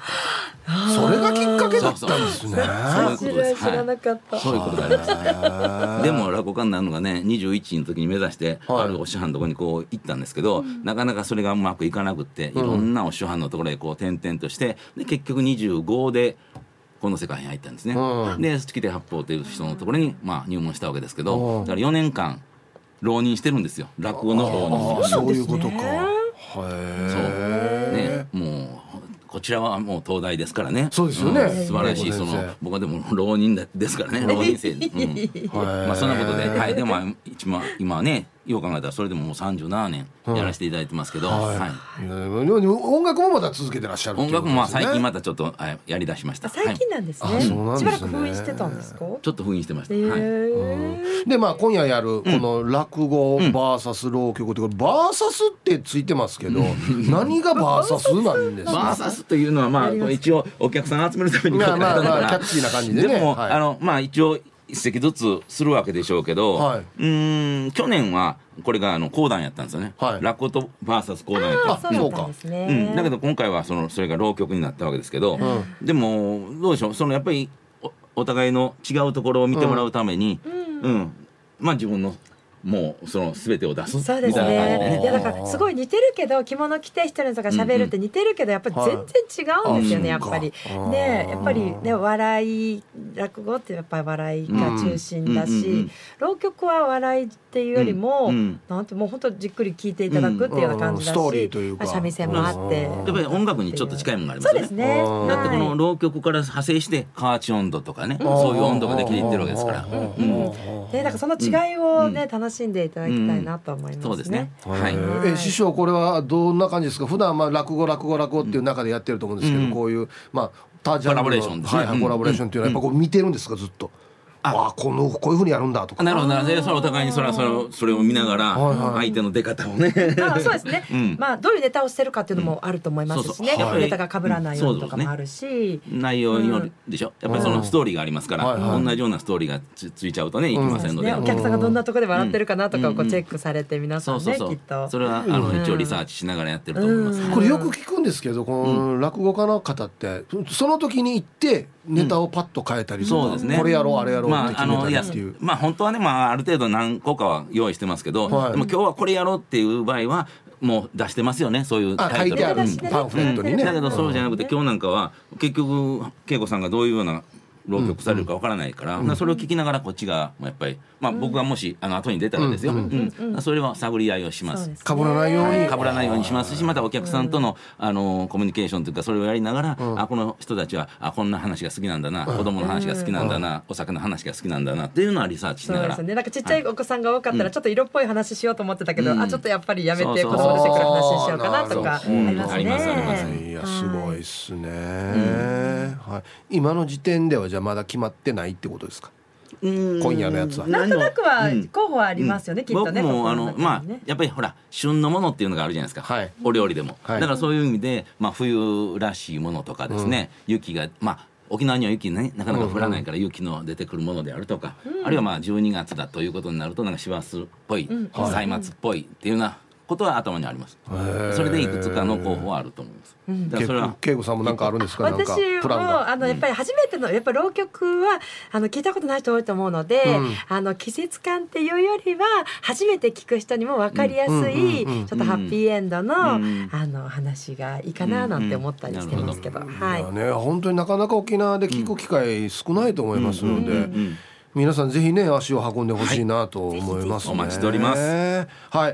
それがきっかけだったんですね。 そういうことです。 知らなかった。 そういうことがあります。でも落語家になるのがね21の時に目指してあるお師範のところにこう行ったんですけど、なかなかそれがうまくいかなくっていろんなお師範のところへこう転々としてで結局25でこの世界に入ったんですね、で月手八方という人のところに入門したわけですけど、だから4年間浪人してるんですよ、落語の浪人。 そういうことか。 そうね、もうこちらはもう東大ですからね。 そうですよね、 素晴らしい。その僕はでも浪人ですからね、浪人生、そんなことで、でも今はねよう考えたらそれでももう37年やらせていただいてますけど、 音楽もまだ続けてらっしゃるっていうことですね。 音楽も最近またちょっとやりだしました。 最近なんですね。しばらく封印してたんですか。 ちょっと封印してました。 で今夜やるこの落語 VS 浪曲ってこれ VS ってついてますけど、何が VS なんですか。 VS というのは一応お客さん集めるためにキャッチーな感じでね。 でも一応一席ずつするわけでしょうけど、去年はこれが講談やったんですよね、落語と VS 講談やった。 そうか。 だけど今回はそれが浪曲になったわけですけど、でもどうでしょう、やっぱりお互いの違うところを見てもらうために、自分のもうその全てを出すみたいな感じでね。 いやだからすごい似てるけど、着物着て一人の人が喋るって似てるけどやっぱり全然違うんですよね、やっぱりね。やっぱりね笑い、落語ってやっぱり笑いが中心だし、浪曲は笑いっていうよりもなんてもう本当じっくり聞いていただくっていうような感じだし、三味線もあってやっぱり音楽にちょっと近いものがありますよね。 そうですね。 だってこの浪曲から派生して河内音頭とかね、そういう音頭ができていってるわけですから。 だからその違いをね楽しんでいただきたいなと思いますね。 そうですね。 師匠これはどんな感じですか。普段落語っていう中でやってると思うんですけど、こういうコラボレーションですね。 コラボレーションっていうのはやっぱこう見てるんですか、ずっと。こういう風にやるんだとか。 なるほど。それお互いにそれを見ながら相手の出方をね。 そうですね。どういうネタをしてるかっていうのもあると思いますしね。ネタが被らないようにとかもあるし、 内容によるでしょ。やっぱりそのストーリーがありますから、同じようなストーリーがついちゃうとねいきませんので、 お客さんがどんなところで笑ってるかなとかをこうチェックされて皆さんねきっと。 それは一応リサーチしながらやってると思います。 これよく聞くんですけど、この落語家の方ってその時に行ってネタをパッと変えたりとか、これやろうあれやろうって決めたりっていう。 本当はね、ある程度何個かは用意してますけど、でも今日はこれやろうっていう場合はもう出してますよね、そういうタイトル。 書いてあるパンフレットにね。 だけどそうじゃなくて今日なんかは結局恵子さんがどういうような浪曲されるかわからないから、それを聞きながらこっちがやっぱり僕がもし後に出たらですよ、それは探り合いをします。 被らないようにしますし、またお客さんとのコミュニケーションというかそれをやりながら、この人たちはこんな話が好きなんだな、子供の話が好きなんだな、お酒の話が好きなんだなっていうのはリサーチしながら。 なんかちっちゃいお子さんが多かったらちょっと色っぽい話しようと思ってたけど、ちょっとやっぱりやめて子供出てくる話にしようかなとかありますね。 いやすごいっすね。今の時点ではじゃあまだ決まってないってことですか。今夜のやつはなんとなくは候補はありますよね、きっとね。 僕もやっぱりほら旬のものっていうのがあるじゃないですか、お料理でも。だからそういう意味で冬らしいものとかですね、雪が沖縄には雪ねなかなか降らないから雪の出てくるものであるとか、あるいは12月だということになるとなんか師走っぽい、歳末っぽいっていうようなことは頭にあります。それでいくつかの候補はあると思います。 だからそれは恵子さんも何かあるんですか。 私もやっぱり初めてのやっぱ浪曲は聞いたことない人多いと思うので、季節感っていうよりは初めて聞く人にも分かりやすいちょっとハッピーエンドの話がいいかななんて思ったりしてますけど、 本当になかなか沖縄で聞く機会少ないと思いますので、皆さんぜひね足を運んでほしいなと思いますね。 お待ちしております。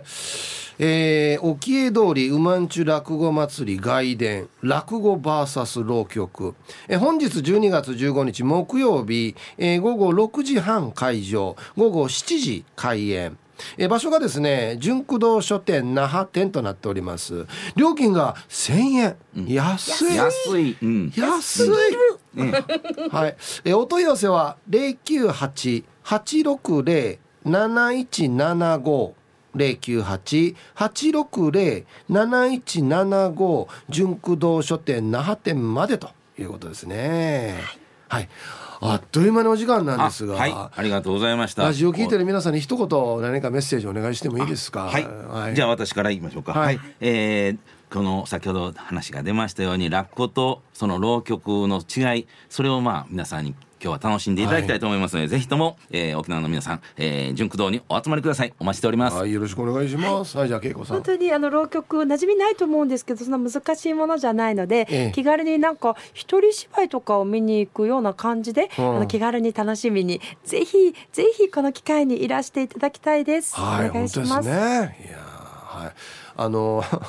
沖江通りうまんちゅ落語祭り外伝落語 VS 浪曲、本日12月15日木曜日、午後6時半開場、午後7時開演。 場所がですね純駆動書店那覇店となっております。料金が1000円、安い、 安い、 安い、はい、お問い合わせは 098-860-7175 098-860-7175 純駆動書店那覇店までということですね。はい、あっという間のお時間なんですが、 はい、ありがとうございました。 ラジオ聞いてる皆さんに一言何かメッセージお願いしてもいいですか。 はい、じゃあ私からいきましょうか。はい、この先ほど話が出ましたように落語とその浪曲の違い、それを皆さんに今日は楽しんでいただきたいと思いますので、ぜひとも、沖縄の皆さん、純駆動にお集まりください。お待ちしております。 はい、よろしくお願いします。はい、じゃあ恵子さん、 本当に浪曲馴染みないと思うんですけど、そんな難しいものじゃないので、気軽になんか一人芝居とかを見に行くような感じで、気軽に楽しみにぜひぜひこの機会にいらしていただきたいです。 はい、 お願いします。 本当ですね。いや、はい、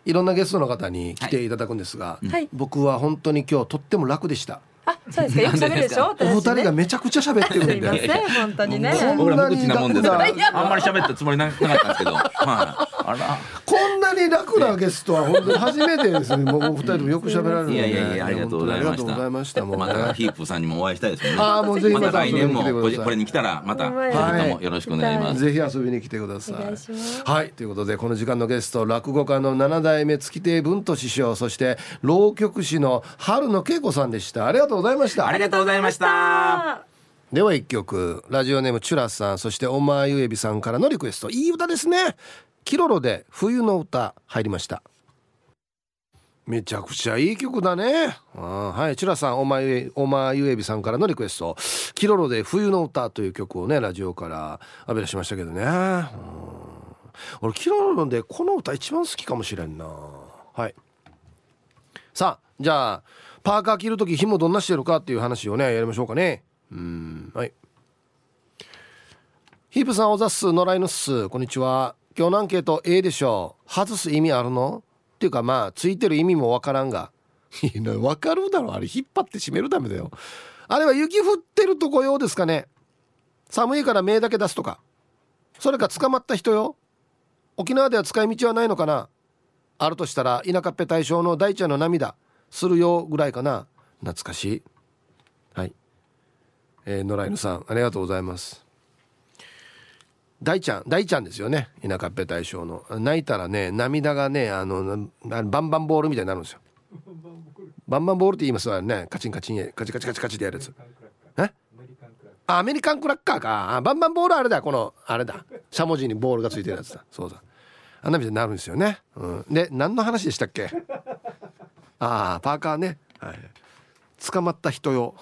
いろんなゲストの方に来ていただくんですが、はい、僕は本当に今日とっても楽でした。 あ、そうですか。よく喋るでしょ。 お二人がめちゃくちゃ喋ってるんで。 すいません、本当にね。 僕ら無口なもんですから、あんまり喋ったつもりなかったんですけど、あら、こんなに楽なゲストは本当に初めてですね。もうお二人ともよく喋られるので、 いやありがとうございました。 もうまたヒープさんにもお会いしたいですね。 もうぜひまた来年もこれに来たらまたぜひともよろしくお願いします。 ぜひ遊びに来てください。はい、ということでこの時間のゲスト、落語家の7代目月亭文斗師匠、そして浪曲師の春野恵子さんでした。ありがとうございました。 ありがとうございました。 では一曲、ラジオネームチュラさん、そしておまゆえびさんからのリクエスト、いい歌ですね。キロロで冬の歌入りました。めちゃくちゃいい曲だね。はい、チュラさん、おまゆえびさんからのリクエスト、キロロで冬の歌という曲をね、ラジオから浴び出しましたけどね。俺キロロでこの歌一番好きかもしれんな。はい、さあ、じゃあパーカー着るとき紐どんなしてるかっていう話をね、やりましょうかね。はい、ヒープさん、おざっす、野良犬っす、こんにちは。今日のアンケート A でしょう。外す意味あるのっていうか、ついてる意味もわからんがわかるだろ、あれ引っ張って締めるためだよ。あれは雪降ってるとこ用ですかね。寒いから目だけ出すとか、それか捕まった人よ。沖縄では使い道はないのかな。あるとしたら田舎っぺ大将の大ちゃんの涙するよぐらいかな。懐かしい。はい、野良犬さん、ありがとうございます。大ちゃんですよね。田舎っぺ大将の泣いたらね、涙がね、バンバンボールみたいになるんですよ。バンバンボールって言いますわね。カチンカチン、カチカチカチカチでやるやつ。アメリカンクラッカーか。バンバンボール、あれだ、あれだ、しゃもじにボールがついてるやつだ。そうだ、あんなみたいになるんですよね。で、何の話でしたっけ。パーカーね。はい、捕まった人よ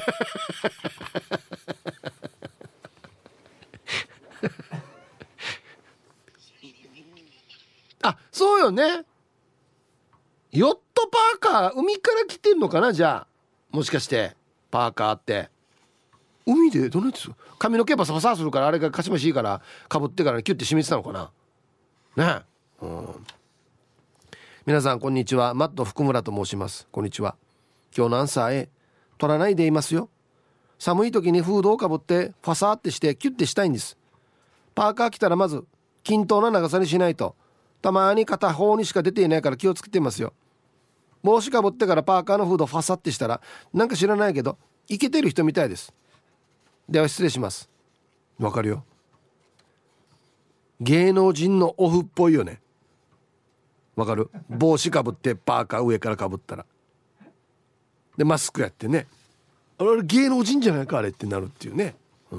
そうよね。ヨットパーカー、海から来てんのかな。じゃあもしかしてパーカーって海でどうなってする、髪の毛バサバサするから、あれがかしましいからかぶってからキュッて締めてたのかなね。皆さんこんにちは、マット福村と申します。こんにちは。今日のアンサー A、 取らないでいますよ。寒い時にフードをかぶってファサーってしてキュッてしたいんです。パーカー着たらまず均等な長さにしないと、たまに片方にしか出ていないから気をつけてますよ。帽子かぶってからパーカーのフードファサってしたら、なんか知らないけどイケてる人みたいです。では失礼します。わかるよ、芸能人のオフっぽいよね。わかる。帽子かぶってパーカー上からかぶったら、でマスクやってね、あれ芸能人じゃないかあれってなるっていうね。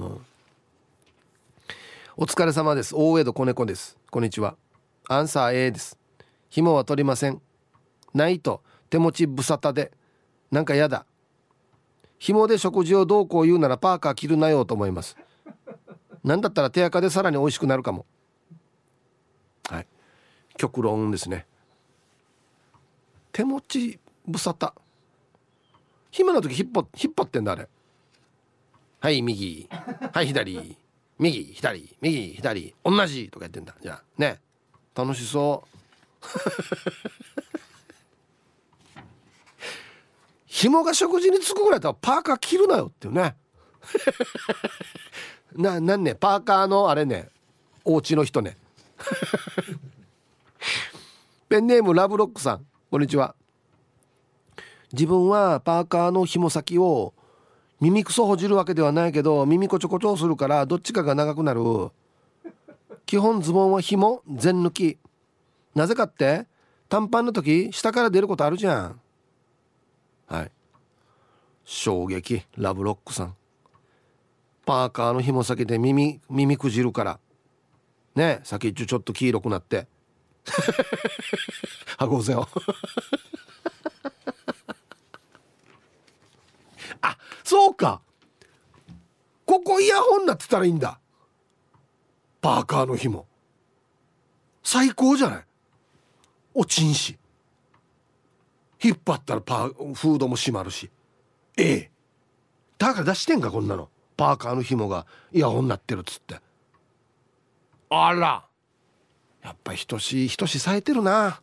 お疲れ様です。大江戸子猫です。こんにちは。アンサー A です。紐は取りません。ないと手持ちぶさたでなんかやだ。紐で食事をどうこう言うならパーカー着るなよと思います。なんだったら手垢でさらに美味しくなるかも。はい、極論ですね。手持ちぶさた、暇の時引っ張ってんだあれ。はい右、はい左、右左右左同じとかやってんだ。じゃあね、楽しそう紐が食事につくぐらいだったらパーカー着るなよっていうねなんね、パーカーのあれね、 お家の人ねペンネームラブロックさん、こんにちは。自分はパーカーの紐先を耳くそほじるわけではないけど耳こちょこちょするからどっちかが長くなる。基本ズボンは紐全抜き。なぜかって短パンの時下から出ることあるじゃん。はい、衝撃。ラブロックさん、パーカーの紐先で耳くじるからね、先っちょちょっと黄色くなってはごうぜよあ、そうか、ここイヤホンになってたらいいんだ。パーカーの紐最高じゃない。落ちんし、引っ張ったらフードも閉まるし。だから出してんかこんなの。パーカーの紐がイヤホンになってるっつって。あら、やっぱりひとし冴えてるな。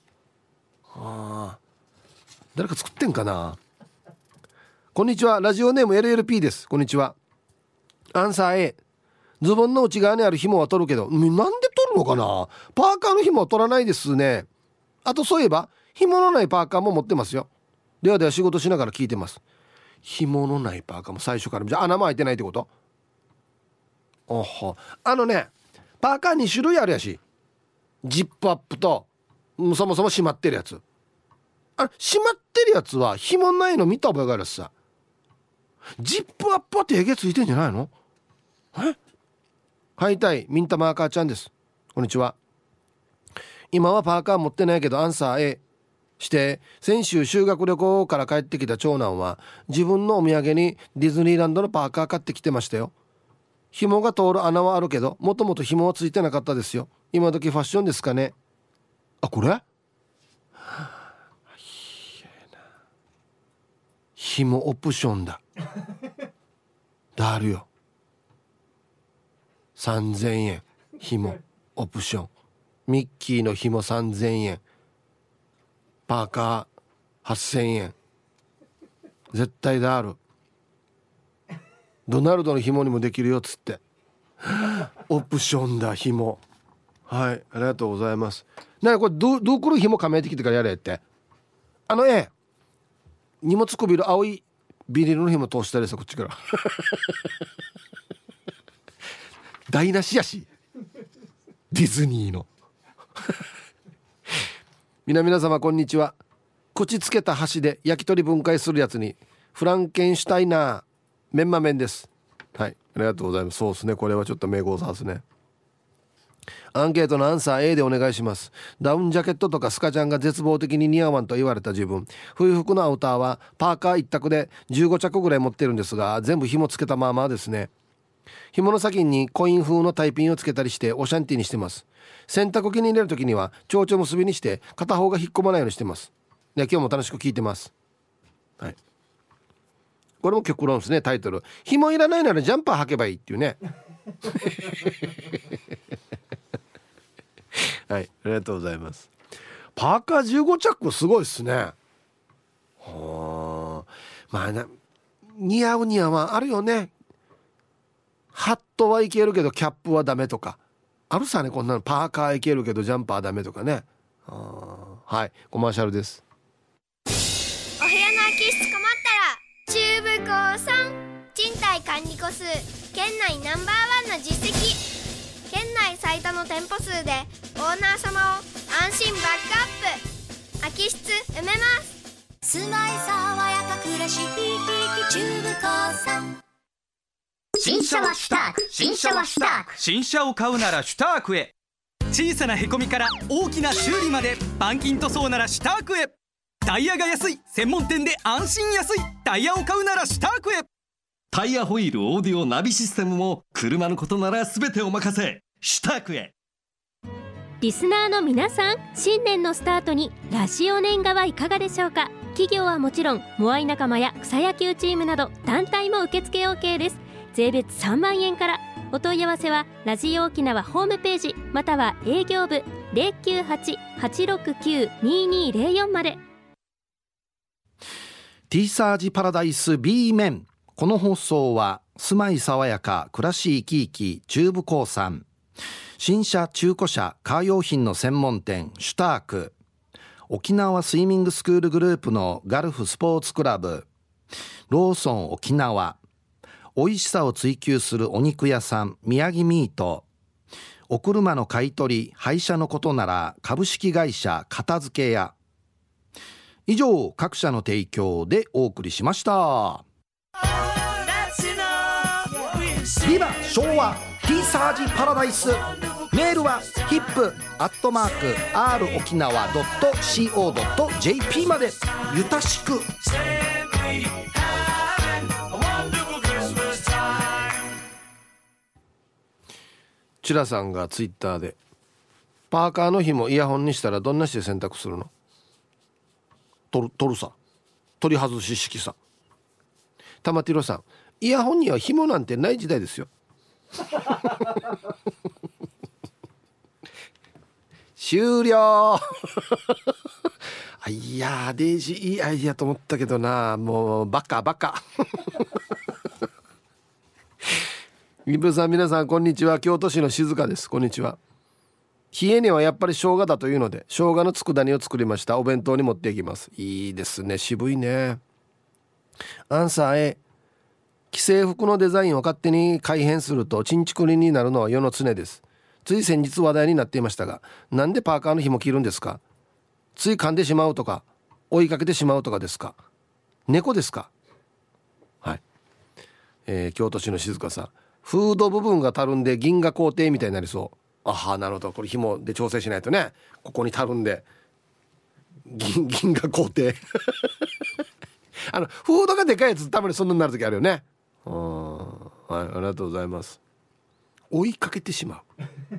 誰か作ってんかな。こんにちは、ラジオネーム LLP です。こんにちは。アンサー A、 ズボンの内側にある紐は取るけど、なんで取るのかな。パーカーの紐は取らないですね。あとそういえば紐のないパーカーも持ってますよ。では仕事しながら聞いてます。紐のないパーカーも最初から、じゃあ穴も開いてないってこと。パーカー2種類あるやし、ジップアップとそもそも閉まってるやつ。閉まってるやつは紐ないの見た覚えがあるしさ。ジップアップは手毛ついてんじゃないの。はいたいミンタマーカーちゃんです。こんにちは。今はパーカー持ってないけどアンサー A して、先週修学旅行から帰ってきた長男は自分のお土産にディズニーランドのパーカー買ってきてましたよ。紐が通る穴はあるけどもともと紐はついてなかったですよ。今時ファッションですかね。これ紐オプションだあるよ。3000円紐オプション。ミッキーの紐3000円、パーカー8000円、絶対である。ドナルドの紐にもできるよっつってオプションだ紐。はい、ありがとうございます。これどう来る紐構えてきてからやれって。荷物こびる青いビニールの紐通したりさ、こっちから台無しやしディズニーの皆様こんにちは。口つけた箸で焼き鳥分解するやつにフランケンシュタイナーメンマ麺です。はい、ありがとうございます。そうですね、これはちょっと名号さですね。アンケートのアンサー A でお願いします。ダウンジャケットとかスカジャンが絶望的に似合わんと言われた自分、冬服のアウターはパーカー一択で15着ぐらい持ってるんですが、全部紐つけたままですね。紐の先にコイン風のタイピンをつけたりしてオシャンティにしてます。洗濯機に入れるときには蝶々結びにして片方が引っ込まないようにしてます。今日も楽しく聞いてます。はい、これも極論ですね。タイトル、紐いらないならジャンパー履けばいいっていうねはい、ありがとうございます。パーカー15着すごいっすね。似合う似合わんあるよね。ハットはいけるけどキャップはダメとかあるさね。こんなのパーカーいけるけどジャンパーダメとかね。はい、コマーシャルです。 お部屋の空き室困ったらチューブコさん、賃貸管理個数県内ナンバーワンの実績、県内最多の店舗数でオーナー様を安心バックアップ。空き室埋めます。住まい爽やか暮らしチューブコさん。 新車はシュターク、新車はシュターク。 新車を買うならシュタークへ。小さなへこみから大きな修理まで、板金塗装ならシュタークへ。タイヤが安い専門店で安心安い。タイヤを買うならシュタークへ。 タイヤホイール、オーディオ、ナビシステムも車のことなら全てお任せ。シュタークへ。 リスナーの皆さん、新年のスタートにラジオ年賀はいかがでしょうか。企業はもちろんモアイ仲間や草野球チームなど団体も受付 OK です。税別3万円から。お問い合わせはラジオ沖縄ホームページまたは営業部 098-869-2204 まで。 ティーサージパラダイス B 面。この放送は住まい爽やか暮らし生き生きチューブコーさん、 新車中古車カー用品の専門店シュターク、沖縄スイミングスクールグループのガルフスポーツクラブ、ローソン沖縄、美味しさを追求するお肉屋さん宮城ミート、お車の買い取り廃車のことなら株式会社片付け屋、以上各社の提供でお送りしました。ビバ昭和ティーサージパラダイス、メールは hip@r 沖縄 .co.jp まで。ゆたしく。チュラさんがツイッターで、パーカーの紐イヤホンにしたらどんなして選択するの？取るさ、取り外し式さ。玉ティロさん、イヤホンには紐なんてない時代ですよ。終了。いやーデイジーいいアイディアと思ったけどな、もうバカリブさん、皆さんこんにちは。京都市の静香です。こんにちは。冷えにはやっぱり生姜だというので、生姜の佃煮を作りました。お弁当に持っていきます。いいですね、渋いね。アンサー A、 既製服のデザインを勝手に改変するとチンチクリンになるのは世の常です。つい先日話題になっていましたが、なんでパーカーの紐切るんですか？つい噛んでしまうとか追いかけてしまうとかですか？猫ですか？はい、京都市の静香さん、フード部分がたるんで銀河工程みたいになりそう。あは、なるほど。これ紐で調整しないとね。ここにたるんで銀河工程フードがでかいやつたまにそんなになる時あるよね。はい、ありがとうございます。追いかけてしまう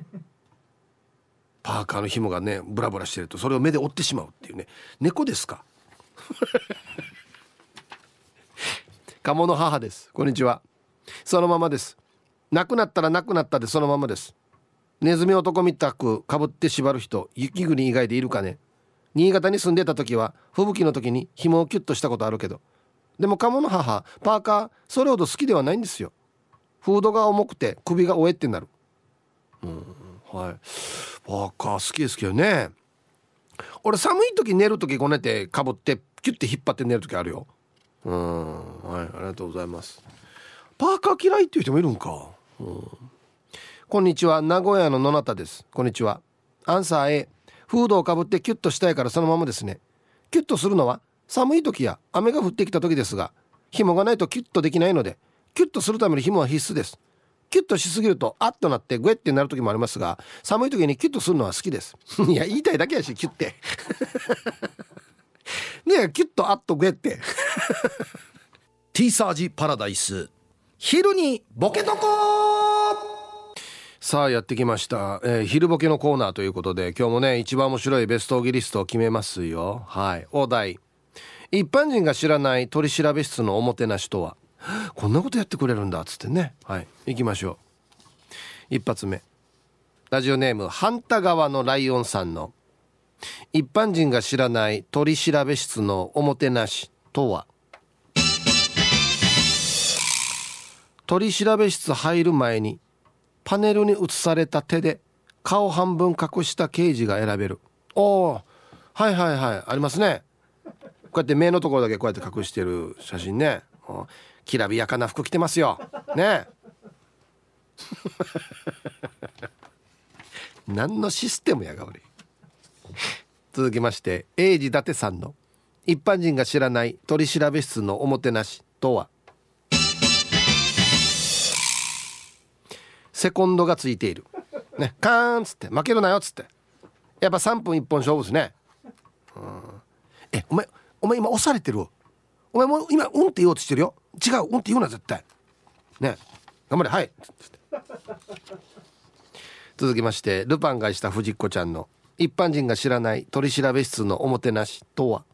パーカーの紐がねブラブラしてるとそれを目で追ってしまうっていうね。猫ですか？鴨の母です。こんにちは。そのままです。なくなったらなくなったでそのままです。ネズミ男みたくかぶって縛る人、雪国以外でいるかね。新潟に住んでた時は吹雪の時に紐をキュッとしたことあるけど、でも鴨の母パーカーそれほど好きではないんですよ。フードが重くて首がおえってなる。はい、パーカー好きですけどね。俺寒い時寝る時こねてかぶってキュッて引っ張って寝る時あるよ。はい、ありがとうございます。パーカー嫌いっていう人もいるんか。こんにちは、名古屋の野中です。こんにちは。アンサー A、 フードをかぶってキュッとしたいからそのままですね。キュッとするのは寒い時や雨が降ってきた時ですが、紐がないとキュッとできないので、キュッとするために紐は必須です。キュッとしすぎるとあっとなってグエってなる時もありますが、寒い時にキュッとするのは好きです。いや、言いたいだけやし、キュッてねえ、キュッとあっとグエってティーサージパラダイス、昼にボケとこ。さあやってきました、昼ボケのコーナーということで、今日もね一番面白いベストオギリストを決めますよ。はい、お題、一般人が知らない取調室のおもてなしとは。こんなことやってくれるんだっつってね。はい、行きましょう。一発目、ラジオネーム反対側のライオンさんの一般人が知らない取調室のおもてなしとは。取調室入る前にパネルに映された手で顔半分隠した刑事が選べる。おー、はいはいはい、ありますね。こうやって目のところだけこうやって隠してる写真ね。きらびやかな服着てますよね。何のシステムやが俺。続きまして、英治伊達さんの一般人が知らない取調室のおもてなしとは。セコンドがついているね、カーンっつって負けるなよっつって、やっぱ3分1本勝負ですね。お前今押されてる。お前もう今って言おうとしてるよ。違う、って言うな絶対ね。頑張れ、はい続きまして、ルパンがした藤子ちゃんの一般人が知らない取調室のおもてなしとは。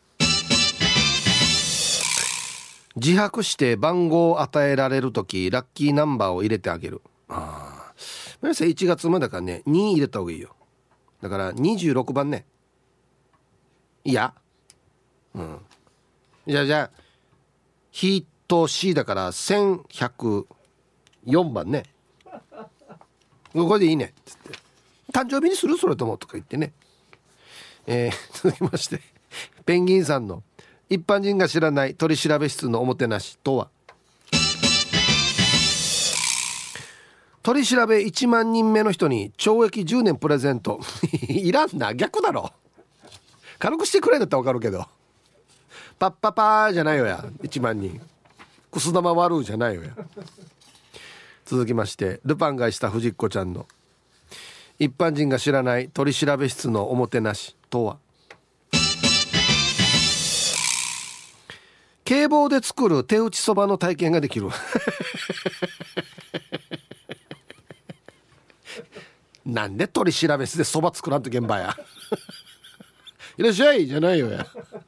自白して番号を与えられるときラッキーナンバーを入れてあげる。皆さん1月までだからね、2入れた方がいいよ。だから26番ね。いや、じゃあヒと C だから1104番ね。 ここでいいねっつって、誕生日にするそれともとか言ってね。続きましてペンギンさんの一般人が知らない取調室のおもてなしとは。取り調べ1万人目の人に懲役10年プレゼントいらんな、逆だろ。軽くしてくれんだったら分かるけど、パッパパーじゃないよや。1万人くす玉割るじゃないよや。続きましてルパンがした藤子ちゃんの一般人が知らない取調室のおもてなしとは。警棒で作る手打ちそばの体験ができるなんで取調室でそば作らんと現場やいらっしゃいじゃないよや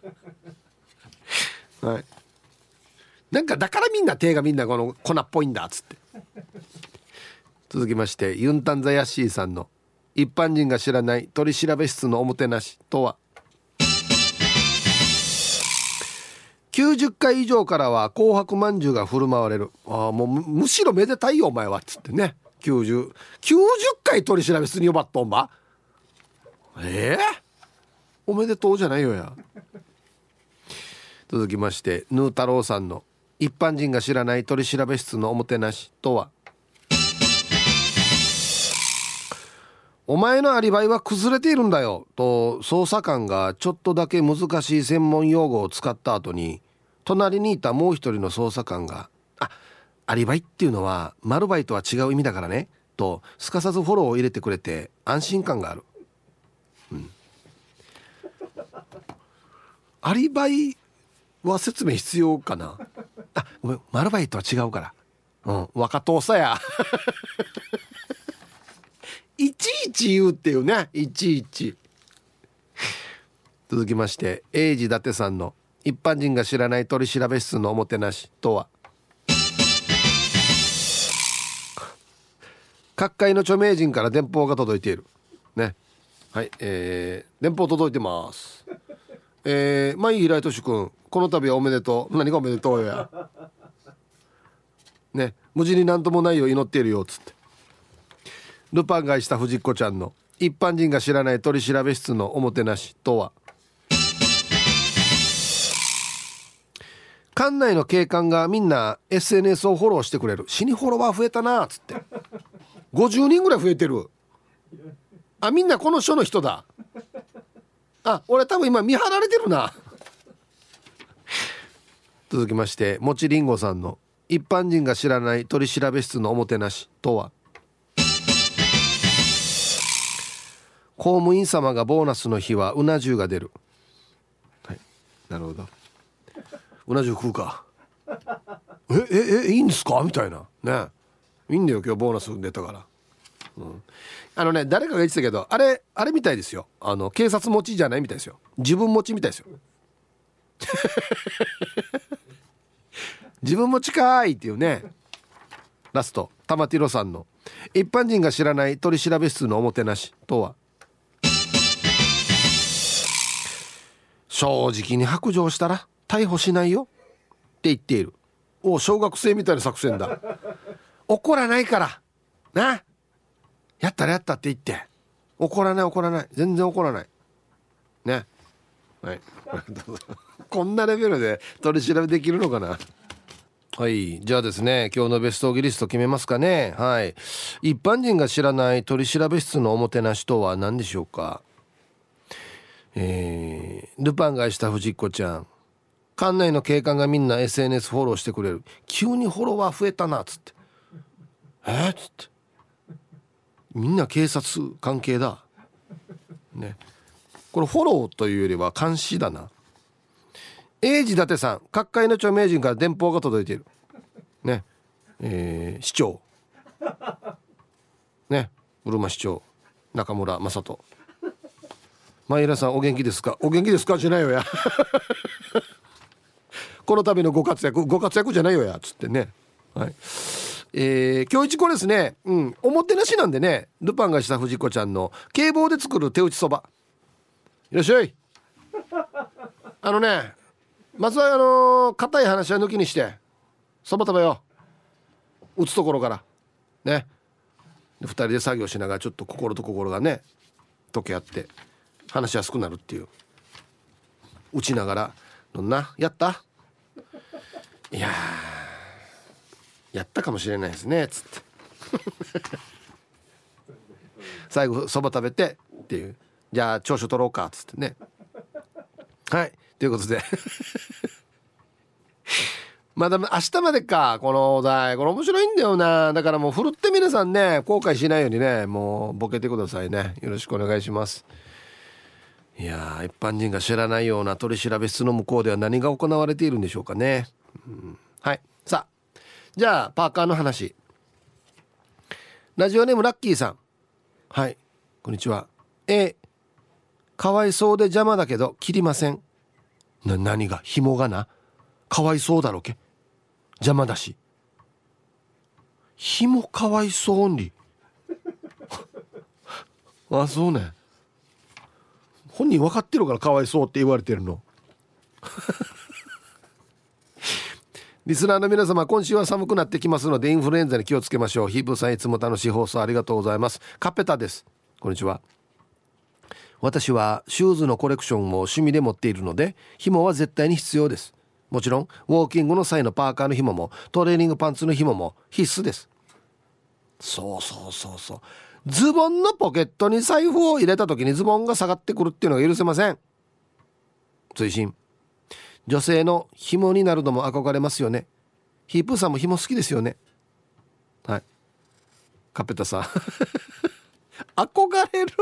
はい、なんかだからみんな手がみんなこの粉っぽいんだっつって。続きましてユンタンザヤッシーさんの一般人が知らない取調室のおもてなしとは。90回以上からは紅白まんじゅうが振る舞われる。もうむしろめでたいよお前はっつってね。90回取調室に呼ばっとんば。おめでとうじゃないよや。続きましてヌー太郎さんの一般人が知らない取調室のおもてなしとは。お前のアリバイは崩れているんだよと捜査官がちょっとだけ難しい専門用語を使った後に、隣にいたもう一人の捜査官がアリバイっていうのはマルバイとは違う意味だからねとすかさずフォローを入れてくれて安心感がある。アリバイは説明必要かな。ごめん、マルバイとは違うから、若党さやいちいち言うっていうね、いちいち。続きまして英治伊達さんの一般人が知らない取調室のおもてなしとは。各界の著名人から電報が届いているね。はい、電報届いてます。まい平井俊君、この度はおめでとう。何がおめでとうやね、無事になんともないよ祈っているよつって。ルパンがした藤子ちゃんの一般人が知らない取調室のおもてなしとは。館内の警官がみんな SNS をフォローしてくれる。死にフォロワー増えたなっつって。50人ぐらい増えてる。みんなこの署の人だ。俺多分今見張られてるな続きましてもちりんごさんの一般人が知らない取調室のおもてなしとは。公務員様がボーナスの日はうな重が出る。はい、なるほど。うな重食うか。いいんですかみたいなね。いいんだよ今日ボーナス出たから。誰かが言ってたけどあれみたいですよ。警察持ちじゃないみたいですよ。自分持ちみたいですよ自分持ちかーいっていうね。ラスト玉ティロさんの一般人が知らない取調室のおもてなしとは。正直に白状したら逮捕しないよって言っている。小学生みたいな作戦だ。怒らないからな。やったらやったって言って怒らない全然怒らないね。はいこんなレベルで取り調べできるのかな。はい、じゃあですね今日のベストオギリスト決めますかね。はい、一般人が知らない取調室のおもてなしとは何でしょうか。ルパンがした藤子ちゃん、館内の警官がみんな SNS フォローしてくれる。急にフォロワー増えたなっつってつってみんな警察関係だね。これフォローというよりは監視だな。英治伊達さん、各界の著名人から電報が届いているね。市長ね、うるま市長中村正人。マイラさんお元気ですか。お元気ですかじゃないよやこの度のご活躍じゃないよやつってね。はい、今日一こですね、おもてなしなんでね、ルパンがした藤子ちゃんの警棒で作る手打ちそば、いらっしゃい。まずは硬い話は抜きにしてそば食べよう。打つところからね。 で2人で作業しながらちょっと心と心がね溶け合って話しやすくなるっていう、打ちながらどんなやった、いややったかもしれないですねつって最後そば食べてっていう、じゃあ朝食取ろうかつってね。はいということでまだ明日までかこのお題、これ面白いんだよな。だからもうふるって皆さんね後悔しないようにねもうボケてくださいね。よろしくお願いします。いや一般人が知らないような取り調べ室の向こうでは何が行われているんでしょうかね、はい。さあじゃあパーカーの話、ラジオネームラッキーさん、はいこんにちは。かわいそうで邪魔だけど切りません。何が紐がな、かわいそうだろけ、邪魔だし、紐かわいそうにあそうね、本人分かってるからかわいそうって言われてるのリスナーの皆様、今週は寒くなってきますのでインフルエンザに気をつけましょう。ヒープさんいつも楽しい放送ありがとうございます。カッペタです。こんにちは。私はシューズのコレクションも趣味で持っているので紐は絶対に必要です。もちろんウォーキングの際のパーカーの紐もトレーニングパンツの紐も必須です。そうズボンのポケットに財布を入れた時にズボンが下がってくるっていうのが許せません。追伸、女性の紐になるのも憧れますよね。ヒープーさんも紐好きですよね。はいカペタさん憧れる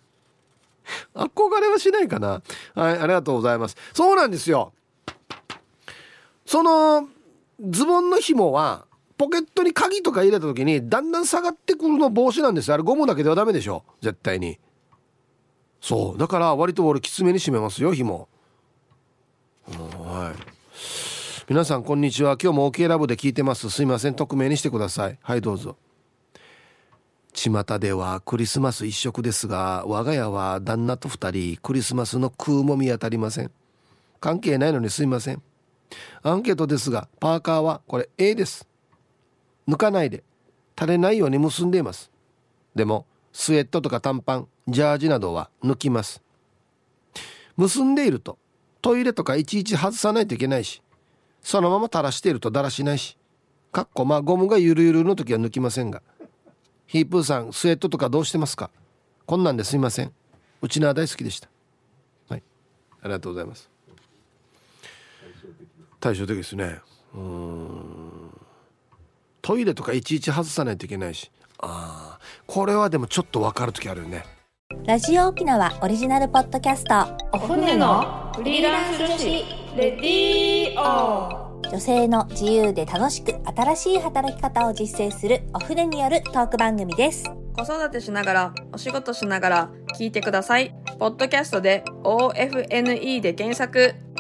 憧れはしないかな。はいありがとうございます。そうなんですよ、そのズボンの紐はポケットに鍵とか入れた時にだんだん下がってくるの防止なんです。あれゴムだけではダメでしょ絶対に。そうだから割と俺きつめに締めますよ紐。はい皆さんこんにちは。今日も OK ラブで聞いてます。すいません匿名にしてください。はいどうぞ。巷ではクリスマス一色ですが我が家は旦那と2人クリスマスの空も見当たりません。関係ないのにすいません。アンケートですがパーカーはこれ A です。抜かないで垂れないように結んでいます。でもスウェットとか短パンジャージなどは抜きます。結んでいるとトイレとかいちいち外さないといけないし、そのまま垂らしているとだらしないし、ゴムがゆるゆるの時は抜きませんが。ヒープーさんスウェットとかどうしてますか。こんなんですいません。うちのは大好きでした。はいありがとうございます。対照的ですね。トイレとかいちいち外さないといけないし、これはでもちょっと分かる時あるよね。 ラジオ沖縄オリジナルポッドキャストお船のフリーランス女子レディオ。 女性の自由で楽しく新しい働き方を実践するお船によるトーク番組です。 子育てしながらお仕事しながら聞いてください。ポッドキャストで OFNE で検索。